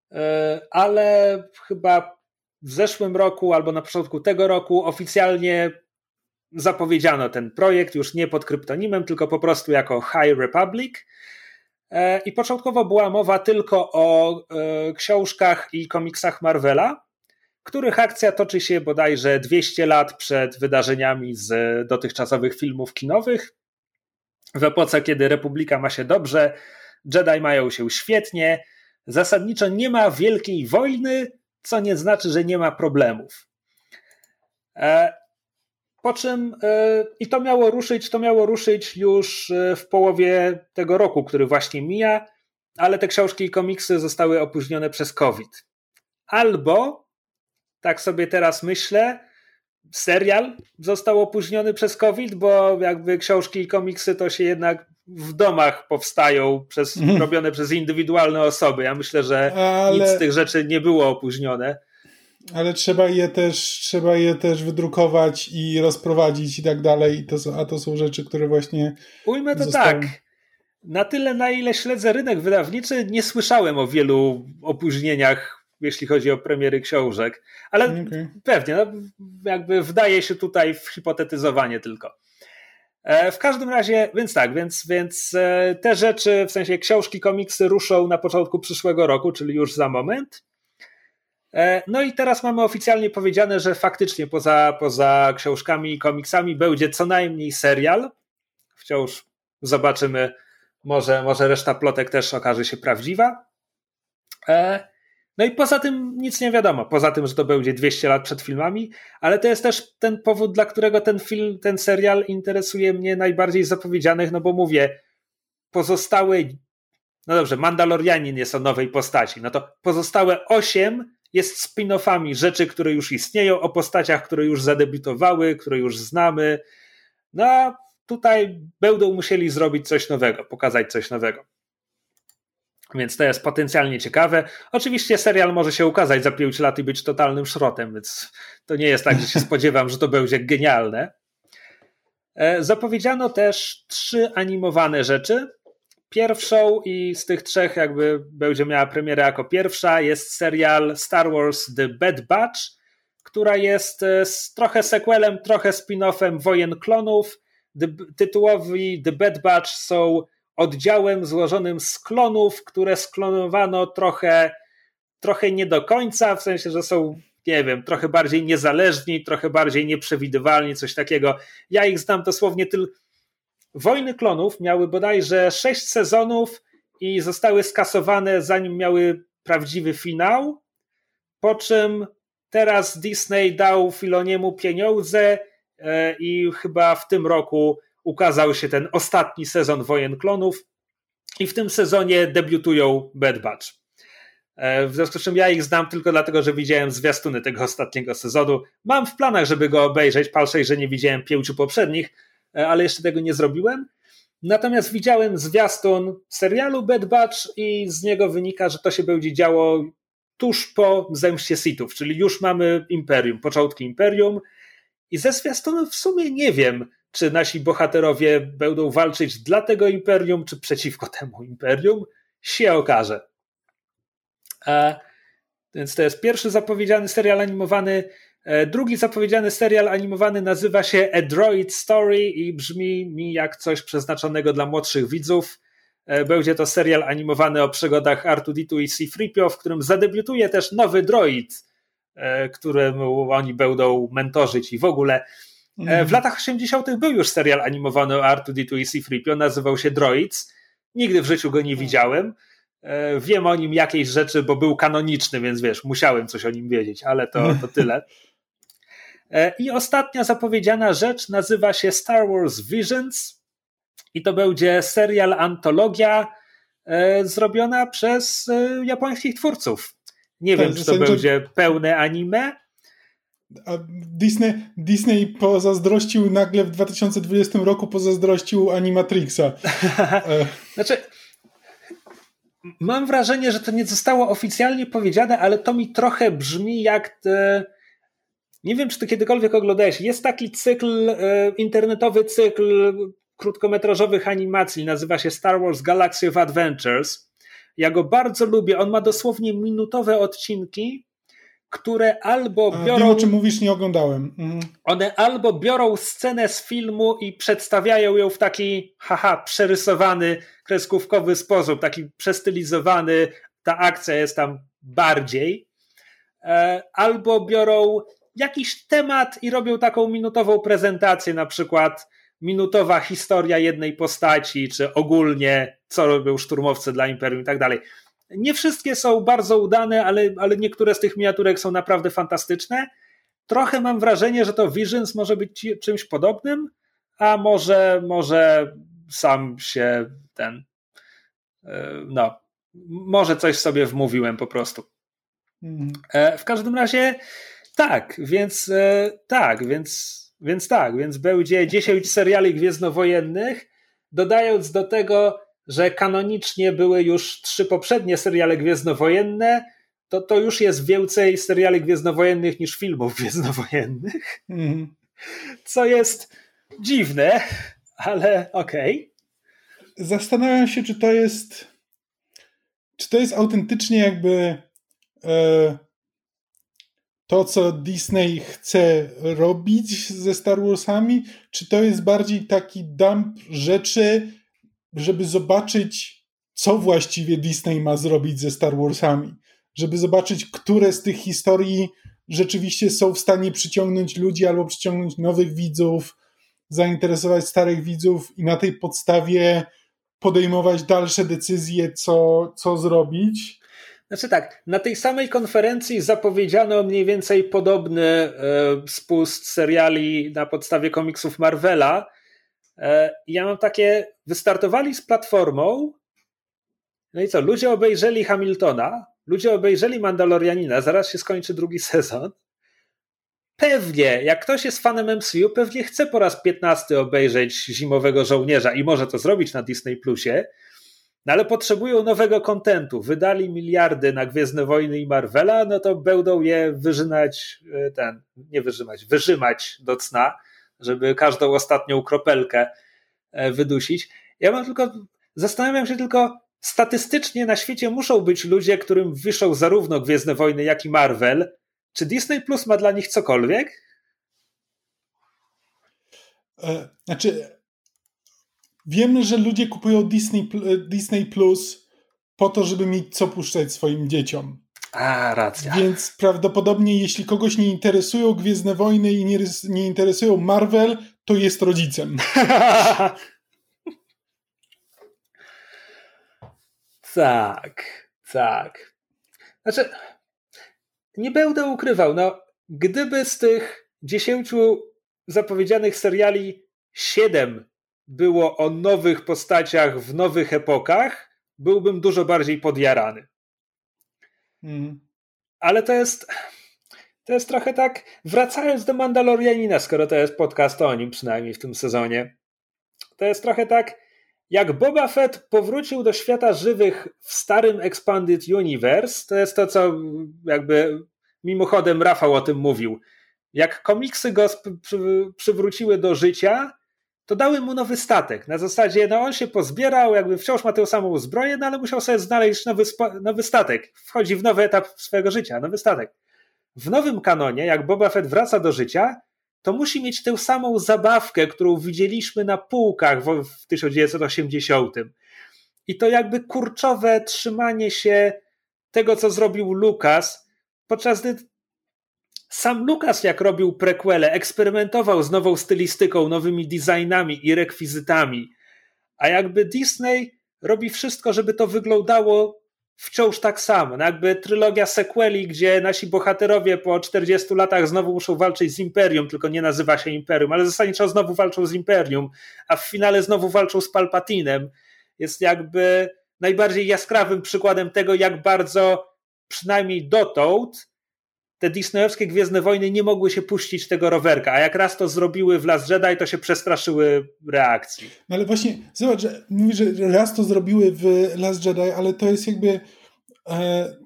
ale chyba w zeszłym roku albo na początku tego roku oficjalnie zapowiedziano ten projekt, już nie pod kryptonimem, tylko po prostu jako High Republic. I początkowo była mowa tylko o książkach i komiksach Marvela, których akcja toczy się bodajże dwieście lat przed wydarzeniami z dotychczasowych filmów kinowych. W epoce, kiedy Republika ma się dobrze, Jedi mają się świetnie, zasadniczo nie ma wielkiej wojny, co nie znaczy, że nie ma problemów. Po czym i to miało ruszyć, to miało ruszyć już w połowie tego roku, który właśnie mija, ale te książki i komiksy zostały opóźnione przez COVID. Albo, tak sobie teraz myślę, serial został opóźniony przez COVID, bo jakby książki i komiksy to się jednak w domach powstają, przez, mm. robione przez indywidualne osoby. Ja myślę, że ale... nic z tych rzeczy nie było opóźnione. Ale trzeba je też, trzeba je też wydrukować i rozprowadzić i tak dalej, I to są, a to są rzeczy, które właśnie Ujmę to zostały... tak. Na tyle, na ile śledzę rynek wydawniczy, nie słyszałem o wielu opóźnieniach, jeśli chodzi o premiery książek, ale okay. pewnie, no, jakby wdaje się tutaj w hipotetyzowanie tylko. W każdym razie, więc tak, więc, więc te rzeczy, w sensie książki, komiksy ruszą na początku przyszłego roku, czyli już za moment. No i teraz mamy oficjalnie powiedziane, że faktycznie poza, poza książkami i komiksami będzie co najmniej serial. Wciąż zobaczymy, może, może reszta plotek też okaże się prawdziwa. No i poza tym nic nie wiadomo, poza tym, że to będzie dwieście lat przed filmami, ale to jest też ten powód, dla którego ten film, ten serial interesuje mnie najbardziej z zapowiedzianych, no bo mówię, pozostałe, no dobrze, Mandalorianin jest o nowej postaci, no to pozostałe osiem jest spin-offami rzeczy, które już istnieją, o postaciach, które już zadebiutowały, które już znamy. No a tutaj będą musieli zrobić coś nowego, pokazać coś nowego. Więc to jest potencjalnie ciekawe. Oczywiście serial może się ukazać za pięć lat i być totalnym szrotem, więc to nie jest tak, że się spodziewam, że to będzie genialne. Zapowiedziano też trzy animowane rzeczy. Pierwszą i z tych trzech jakby będzie miała premierę jako pierwsza jest serial Star Wars The Bad Batch, która jest trochę sequelem, trochę spin-offem Wojen Klonów. Tytułowi The Bad Batch są oddziałem złożonym z klonów, które sklonowano trochę, trochę nie do końca, w sensie, że są, nie wiem, trochę bardziej niezależni, trochę bardziej nieprzewidywalni, coś takiego. Ja ich znam dosłownie tylko. Wojny Klonów miały bodajże sześć sezonów i zostały skasowane, zanim miały prawdziwy finał, po czym teraz Disney dał Filoniemu pieniądze i chyba w tym roku ukazał się ten ostatni sezon Wojen Klonów i w tym sezonie debiutują Bad Batch. W związku z czym ja ich znam tylko dlatego, że widziałem zwiastuny tego ostatniego sezonu. Mam w planach, żeby go obejrzeć, palszej, że nie widziałem pięciu poprzednich, ale jeszcze tego nie zrobiłem. Natomiast widziałem zwiastun serialu Bad Batch i z niego wynika, że to się będzie działo tuż po zemście Sithów, czyli już mamy Imperium, początki Imperium i ze zwiastunów w sumie nie wiem, czy nasi bohaterowie będą walczyć dla tego Imperium, czy przeciwko temu Imperium. Się okaże. A, więc to jest pierwszy zapowiedziany serial animowany. Drugi zapowiedziany serial animowany nazywa się A Droid Story i brzmi mi jak coś przeznaczonego dla młodszych widzów. Będzie to serial animowany o przygodach R two D two i C three P O, w którym zadebiutuje też nowy droid, któremu oni będą mentorzyć i w ogóle. W latach osiemdziesiątych był już serial animowany o R two D two i C three P O, nazywał się Droids. Nigdy w życiu go nie widziałem. Wiem o nim jakieś rzeczy, bo był kanoniczny, więc wiesz, musiałem coś o nim wiedzieć, ale to, to tyle. I ostatnia zapowiedziana rzecz nazywa się Star Wars Visions i to będzie serial antologia zrobiona przez japońskich twórców. Nie tak, wiem, czy to będzie że... pełne anime. A Disney, Disney pozazdrościł nagle w dwa tysiące dwudziestym roku pozazdrościł Animatrixa. Znaczy... Mam wrażenie, że to nie zostało oficjalnie powiedziane, ale to mi trochę brzmi jak... Te... Nie wiem, czy to kiedykolwiek oglądałeś. Jest taki cykl, e, internetowy cykl krótkometrażowych animacji. Nazywa się Star Wars Galaxy of Adventures. Ja go bardzo lubię. On ma dosłownie minutowe odcinki, które albo biorą... A, wiem, o czym mówisz, nie oglądałem. Mhm. One albo biorą scenę z filmu i przedstawiają ją w taki haha, przerysowany, kreskówkowy sposób, taki przestylizowany, ta akcja jest tam bardziej. Albo biorą jakiś temat i robią taką minutową prezentację, na przykład minutowa historia jednej postaci, czy ogólnie co robią szturmowcy dla Imperium i tak dalej. Nie wszystkie są bardzo udane, ale, ale niektóre z tych miniaturek są naprawdę fantastyczne. Trochę mam wrażenie, że to Visions może być czymś podobnym, a może, może sam się ten no, może coś sobie wmówiłem po prostu. Mhm. W każdym razie tak, więc tak, więc, więc tak, więc będzie dziesięć seriali gwiezdnowojennych, dodając do tego, że kanonicznie były już trzy poprzednie seriale gwiezdnowojenne, to to już jest więcej seriali gwiezdnowojennych niż filmów gwiezdnowojennych. Mm. Co jest dziwne, ale okej. Okay. Zastanawiam się, czy to jest czy to jest autentycznie jakby e, to, co Disney chce robić ze Star Warsami, czy to jest bardziej taki dump rzeczy, żeby zobaczyć, co właściwie Disney ma zrobić ze Star Warsami. Żeby zobaczyć, które z tych historii rzeczywiście są w stanie przyciągnąć ludzi albo przyciągnąć nowych widzów, zainteresować starych widzów i na tej podstawie podejmować dalsze decyzje, co, co zrobić. Znaczy tak, na tej samej konferencji zapowiedziano mniej więcej podobny e, spust seriali na podstawie komiksów Marvela. E, ja mam takie, wystartowali z platformą, no i co, ludzie obejrzeli Hamiltona, ludzie obejrzeli Mandalorianina, zaraz się skończy drugi sezon. Pewnie, jak ktoś jest fanem M C U, pewnie chce po raz piętnasty obejrzeć Zimowego Żołnierza i może to zrobić na Disney Plusie, no ale potrzebują nowego kontentu. Wydali miliardy na Gwiezdne Wojny i Marvela, no to będą je wyżynać, ten, nie wyżymać, wyżymać do cna, żeby każdą ostatnią kropelkę wydusić. Ja mam tylko, zastanawiam się tylko, statystycznie na świecie muszą być ludzie, którym wiszą zarówno Gwiezdne Wojny, jak i Marvel. Czy Disney Plus ma dla nich cokolwiek? E, znaczy, wiem, że ludzie kupują Disney, Disney Plus po to, żeby mieć co puszczać swoim dzieciom. A, racja. Więc prawdopodobnie, jeśli kogoś nie interesują Gwiezdne Wojny i nie, nie interesują Marvel, to jest rodzicem. Tak, tak. Znaczy, nie będę ukrywał, no, gdyby z tych dziesięciu zapowiedzianych seriali siedem było o nowych postaciach w nowych epokach, byłbym dużo bardziej podjarany. Mm. Ale to jest to jest trochę tak, wracając do Mandalorianina, skoro to jest podcast o nim przynajmniej w tym sezonie, to jest trochę tak, jak Boba Fett powrócił do świata żywych w starym Expanded Universe, to jest to, co jakby mimochodem Rafał o tym mówił. Jak komiksy go sp- przy- przywróciły do życia, to dały mu nowy statek. Na zasadzie, no on się pozbierał, jakby wciąż ma tę samą zbroję, no ale musiał sobie znaleźć nowy, spa- nowy statek. Wchodzi w nowy etap swojego życia, nowy statek. W nowym kanonie, jak Boba Fett wraca do życia, to musi mieć tę samą zabawkę, którą widzieliśmy na półkach w, w tysiąc dziewięćset osiemdziesiątym. I to jakby kurczowe trzymanie się tego, co zrobił Lucas, podczas gdy sam Lucas, jak robił prequele, eksperymentował z nową stylistyką, nowymi designami i rekwizytami, a jakby Disney robi wszystko, żeby to wyglądało wciąż tak samo. No jakby trylogia sequeli, gdzie nasi bohaterowie po czterdziestu latach znowu muszą walczyć z Imperium, tylko nie nazywa się Imperium, ale zasadniczo znowu walczą z Imperium, a w finale znowu walczą z Palpatinem. Jest jakby najbardziej jaskrawym przykładem tego, jak bardzo przynajmniej dotąd te disneyowskie Gwiezdne Wojny nie mogły się puścić tego rowerka, a jak raz to zrobiły w Last Jedi, to się przestraszyły reakcji. No ale właśnie, zobacz, że mówisz, że raz to zrobiły w Last Jedi, ale to jest jakby e,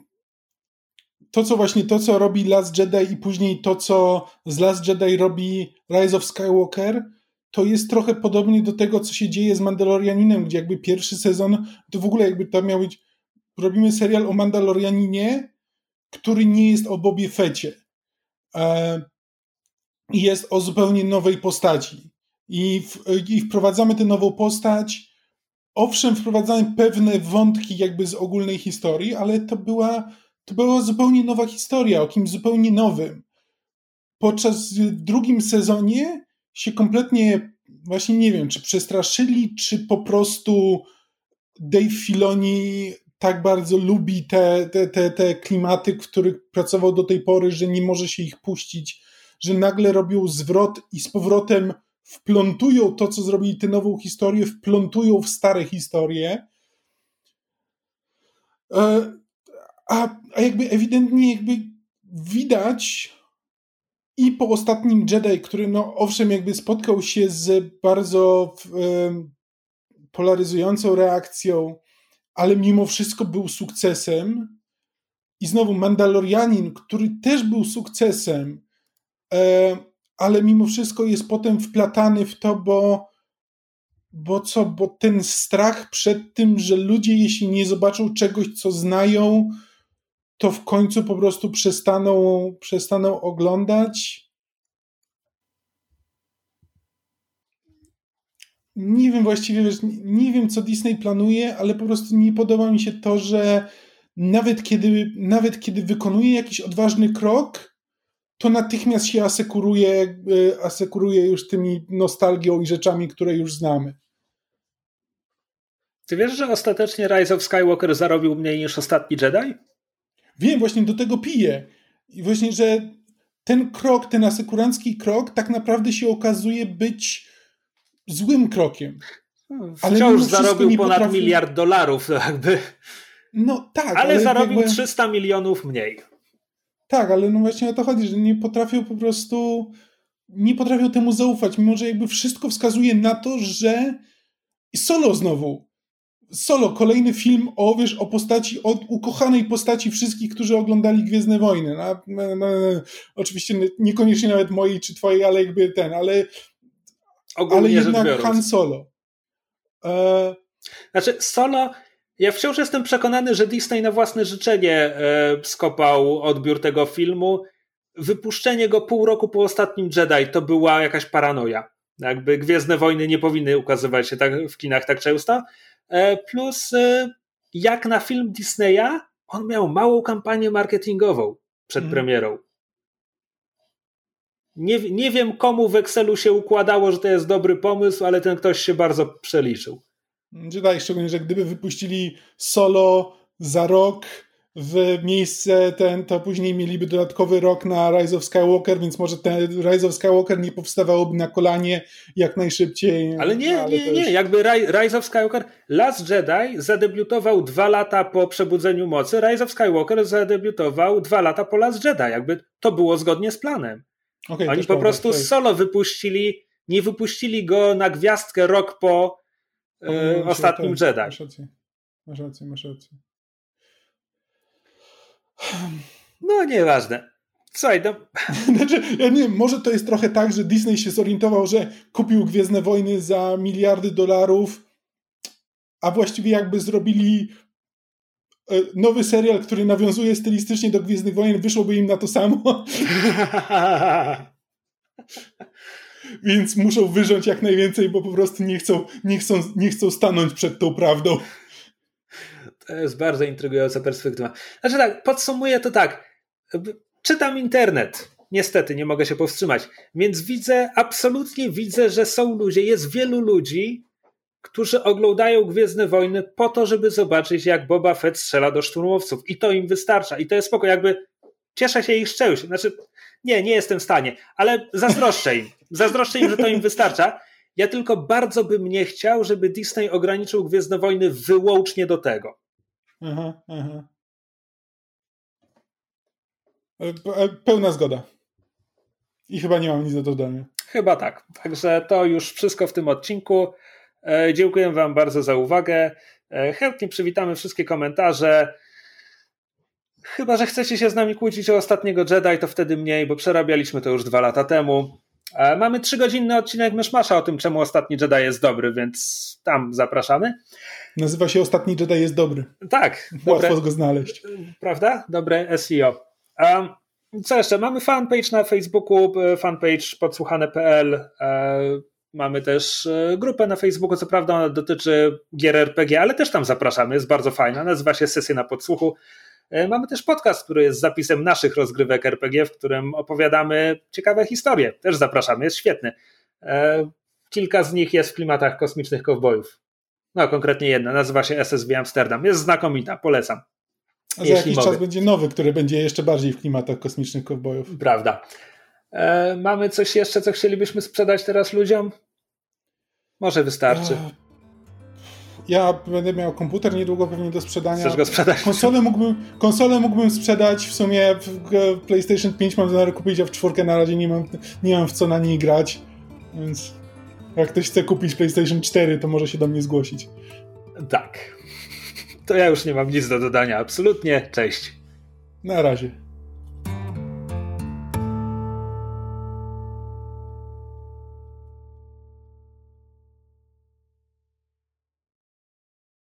to, co właśnie, to, co robi Last Jedi i później to, co z Last Jedi robi Rise of Skywalker, to jest trochę podobnie do tego, co się dzieje z Mandalorianinem, gdzie jakby pierwszy sezon, to w ogóle jakby to miał być, robimy serial o Mandalorianinie, który nie jest o Bobie Fecie. E, I jest o zupełnie nowej postaci. I, w, I wprowadzamy tę nową postać. Owszem, wprowadzamy pewne wątki jakby z ogólnej historii, ale to była, to była zupełnie nowa historia, o kimś zupełnie nowym. Podczas w drugim sezonie się kompletnie, właśnie nie wiem, czy przestraszyli, czy po prostu Dave Filoni tak bardzo lubi te, te, te, te klimaty, w których pracował do tej pory, że nie może się ich puścić, że nagle robią zwrot i z powrotem wplątują to, co zrobili tę nową historię, wplątują w stare historie. A, a jakby ewidentnie jakby widać i po ostatnim Jedi, który no owszem jakby spotkał się z bardzo um, polaryzującą reakcją, ale mimo wszystko był sukcesem. I znowu Mandalorianin, który też był sukcesem, e, ale mimo wszystko jest potem wplatany w to, bo, bo co, bo ten strach przed tym, że ludzie jeśli nie zobaczą czegoś, co znają, to w końcu po prostu przestaną, przestaną oglądać. Nie wiem właściwie, wiesz, nie wiem, co Disney planuje, ale po prostu nie podoba mi się to, że nawet kiedy, nawet kiedy wykonuje jakiś odważny krok, to natychmiast się asekuruje, asekuruje już tymi nostalgią i rzeczami, które już znamy. Ty wiesz, że ostatecznie Rise of Skywalker zarobił mniej niż Ostatni Jedi? Wiem, właśnie do tego piję. I właśnie, że ten krok, ten asekurancki krok tak naprawdę się okazuje być złym krokiem. Ale wciąż zarobił ponad potrafi... miliard dolarów, to jakby. No tak. Ale, ale zarobił jakby... trzysta milionów mniej. Tak, ale no właśnie o to chodzi, że nie potrafią po prostu nie potrafią temu zaufać, mimo że jakby wszystko wskazuje na to, że Solo znowu. Solo, kolejny film o, wiesz, o postaci, o ukochanej postaci wszystkich, którzy oglądali Gwiezdne Wojny. No, no, no, oczywiście niekoniecznie nawet mojej czy twojej, ale jakby ten, ale ogólnie ale jednak Han Solo. E... Znaczy Solo, ja wciąż jestem przekonany, że Disney na własne życzenie e, skopał odbiór tego filmu. Wypuszczenie go pół roku po Ostatnim Jedi to była jakaś paranoja. Jakby Gwiezdne Wojny nie powinny ukazywać się tak w kinach tak często. E, plus e, jak na film Disneya, on miał małą kampanię marketingową przed hmm. premierą. Nie, nie wiem, komu w Excelu się układało, że to jest dobry pomysł, ale ten ktoś się bardzo przeliczył. Jedi, szczególnie, że gdyby wypuścili Solo za rok w miejsce ten, to później mieliby dodatkowy rok na Rise of Skywalker, więc może ten Rise of Skywalker nie powstawałoby na kolanie jak najszybciej. Ale nie, no, ale nie, nie, już... jakby Rise of Skywalker, Last Jedi zadebiutował dwa lata po Przebudzeniu Mocy, Rise of Skywalker zadebiutował dwa lata po Last Jedi, jakby to było zgodnie z planem. Okay, Oni po prostu tak, solo wypuścili, nie wypuścili go na gwiazdkę rok po e, ostatnim tak, Jedi. Masz rację, masz rację, masz rację. No, nieważne. Słuchaj, no... Znaczy, ja nie wiem, może to jest trochę tak, że Disney się zorientował, że kupił Gwiezdne Wojny za miliardy dolarów, a właściwie jakby zrobili nowy serial, który nawiązuje stylistycznie do Gwiezdnych Wojen, wyszłoby im na to samo. Więc muszą wyrząć jak najwięcej, bo po prostu nie chcą, nie chcą, nie chcą stanąć przed tą prawdą. To jest bardzo intrygująca perspektywa. Znaczy tak, podsumuję to tak. Czytam internet. Niestety, nie mogę się powstrzymać. Więc widzę, absolutnie widzę, że są ludzie, jest wielu ludzi, którzy oglądają Gwiezdne Wojny po to, żeby zobaczyć, jak Boba Fett strzela do szturmowców. I to im wystarcza. I to jest spoko. Jakby cieszę się ich szczęściem. Znaczy, nie, nie jestem w stanie, ale zazdroszczę im. Zazdroszczę im, że to im wystarcza. Ja tylko bardzo bym nie chciał, żeby Disney ograniczył Gwiezdne Wojny wyłącznie do tego. Aha, aha. Pełna zgoda. I chyba nie mam nic do dodania. Chyba tak. Także to już wszystko w tym odcinku. E, dziękuję wam bardzo za uwagę. E, chętnie przywitamy wszystkie komentarze. Chyba że chcecie się z nami kłócić o ostatniego Jedi, to wtedy mniej, bo przerabialiśmy to już dwa lata temu. E, mamy trzygodzinny odcinek Myszmasza o tym, czemu ostatni Jedi jest dobry, więc tam zapraszamy. Nazywa się Ostatni Jedi jest dobry. Tak. Łatwo dobre, go znaleźć. Prawda? Dobre S E O. Um, co jeszcze? Mamy fanpage na Facebooku, fanpage podsłuchane kropka p l. E, mamy też grupę na Facebooku, co prawda ona dotyczy gier R P G, ale też tam zapraszamy, jest bardzo fajna, nazywa się Sesje na Podsłuchu. E, mamy też podcast, który jest zapisem naszych rozgrywek R P G, w którym opowiadamy ciekawe historie. Też zapraszamy, jest świetny. E, kilka z nich jest w klimatach kosmicznych kowbojów. No, konkretnie jedna, nazywa się S S V Amsterdam. Jest znakomita, polecam. A za jakiś mogę. czas będzie nowy, który będzie jeszcze bardziej w klimatach kosmicznych kowbojów. Prawda. E, mamy coś jeszcze, co chcielibyśmy sprzedać teraz ludziom? Może wystarczy. Ja będę miał komputer niedługo pewnie do sprzedania. Chcesz go sprzedać? Konsolę mógłbym, konsolę mógłbym sprzedać. W sumie w PlayStation pięć mam zamiar kupić, a w czwórkę na razie nie mam, nie mam w co na niej grać. Więc jak ktoś chce kupić PlayStation cztery, to może się do mnie zgłosić. Tak. To ja już nie mam nic do dodania. Absolutnie. Cześć. Na razie.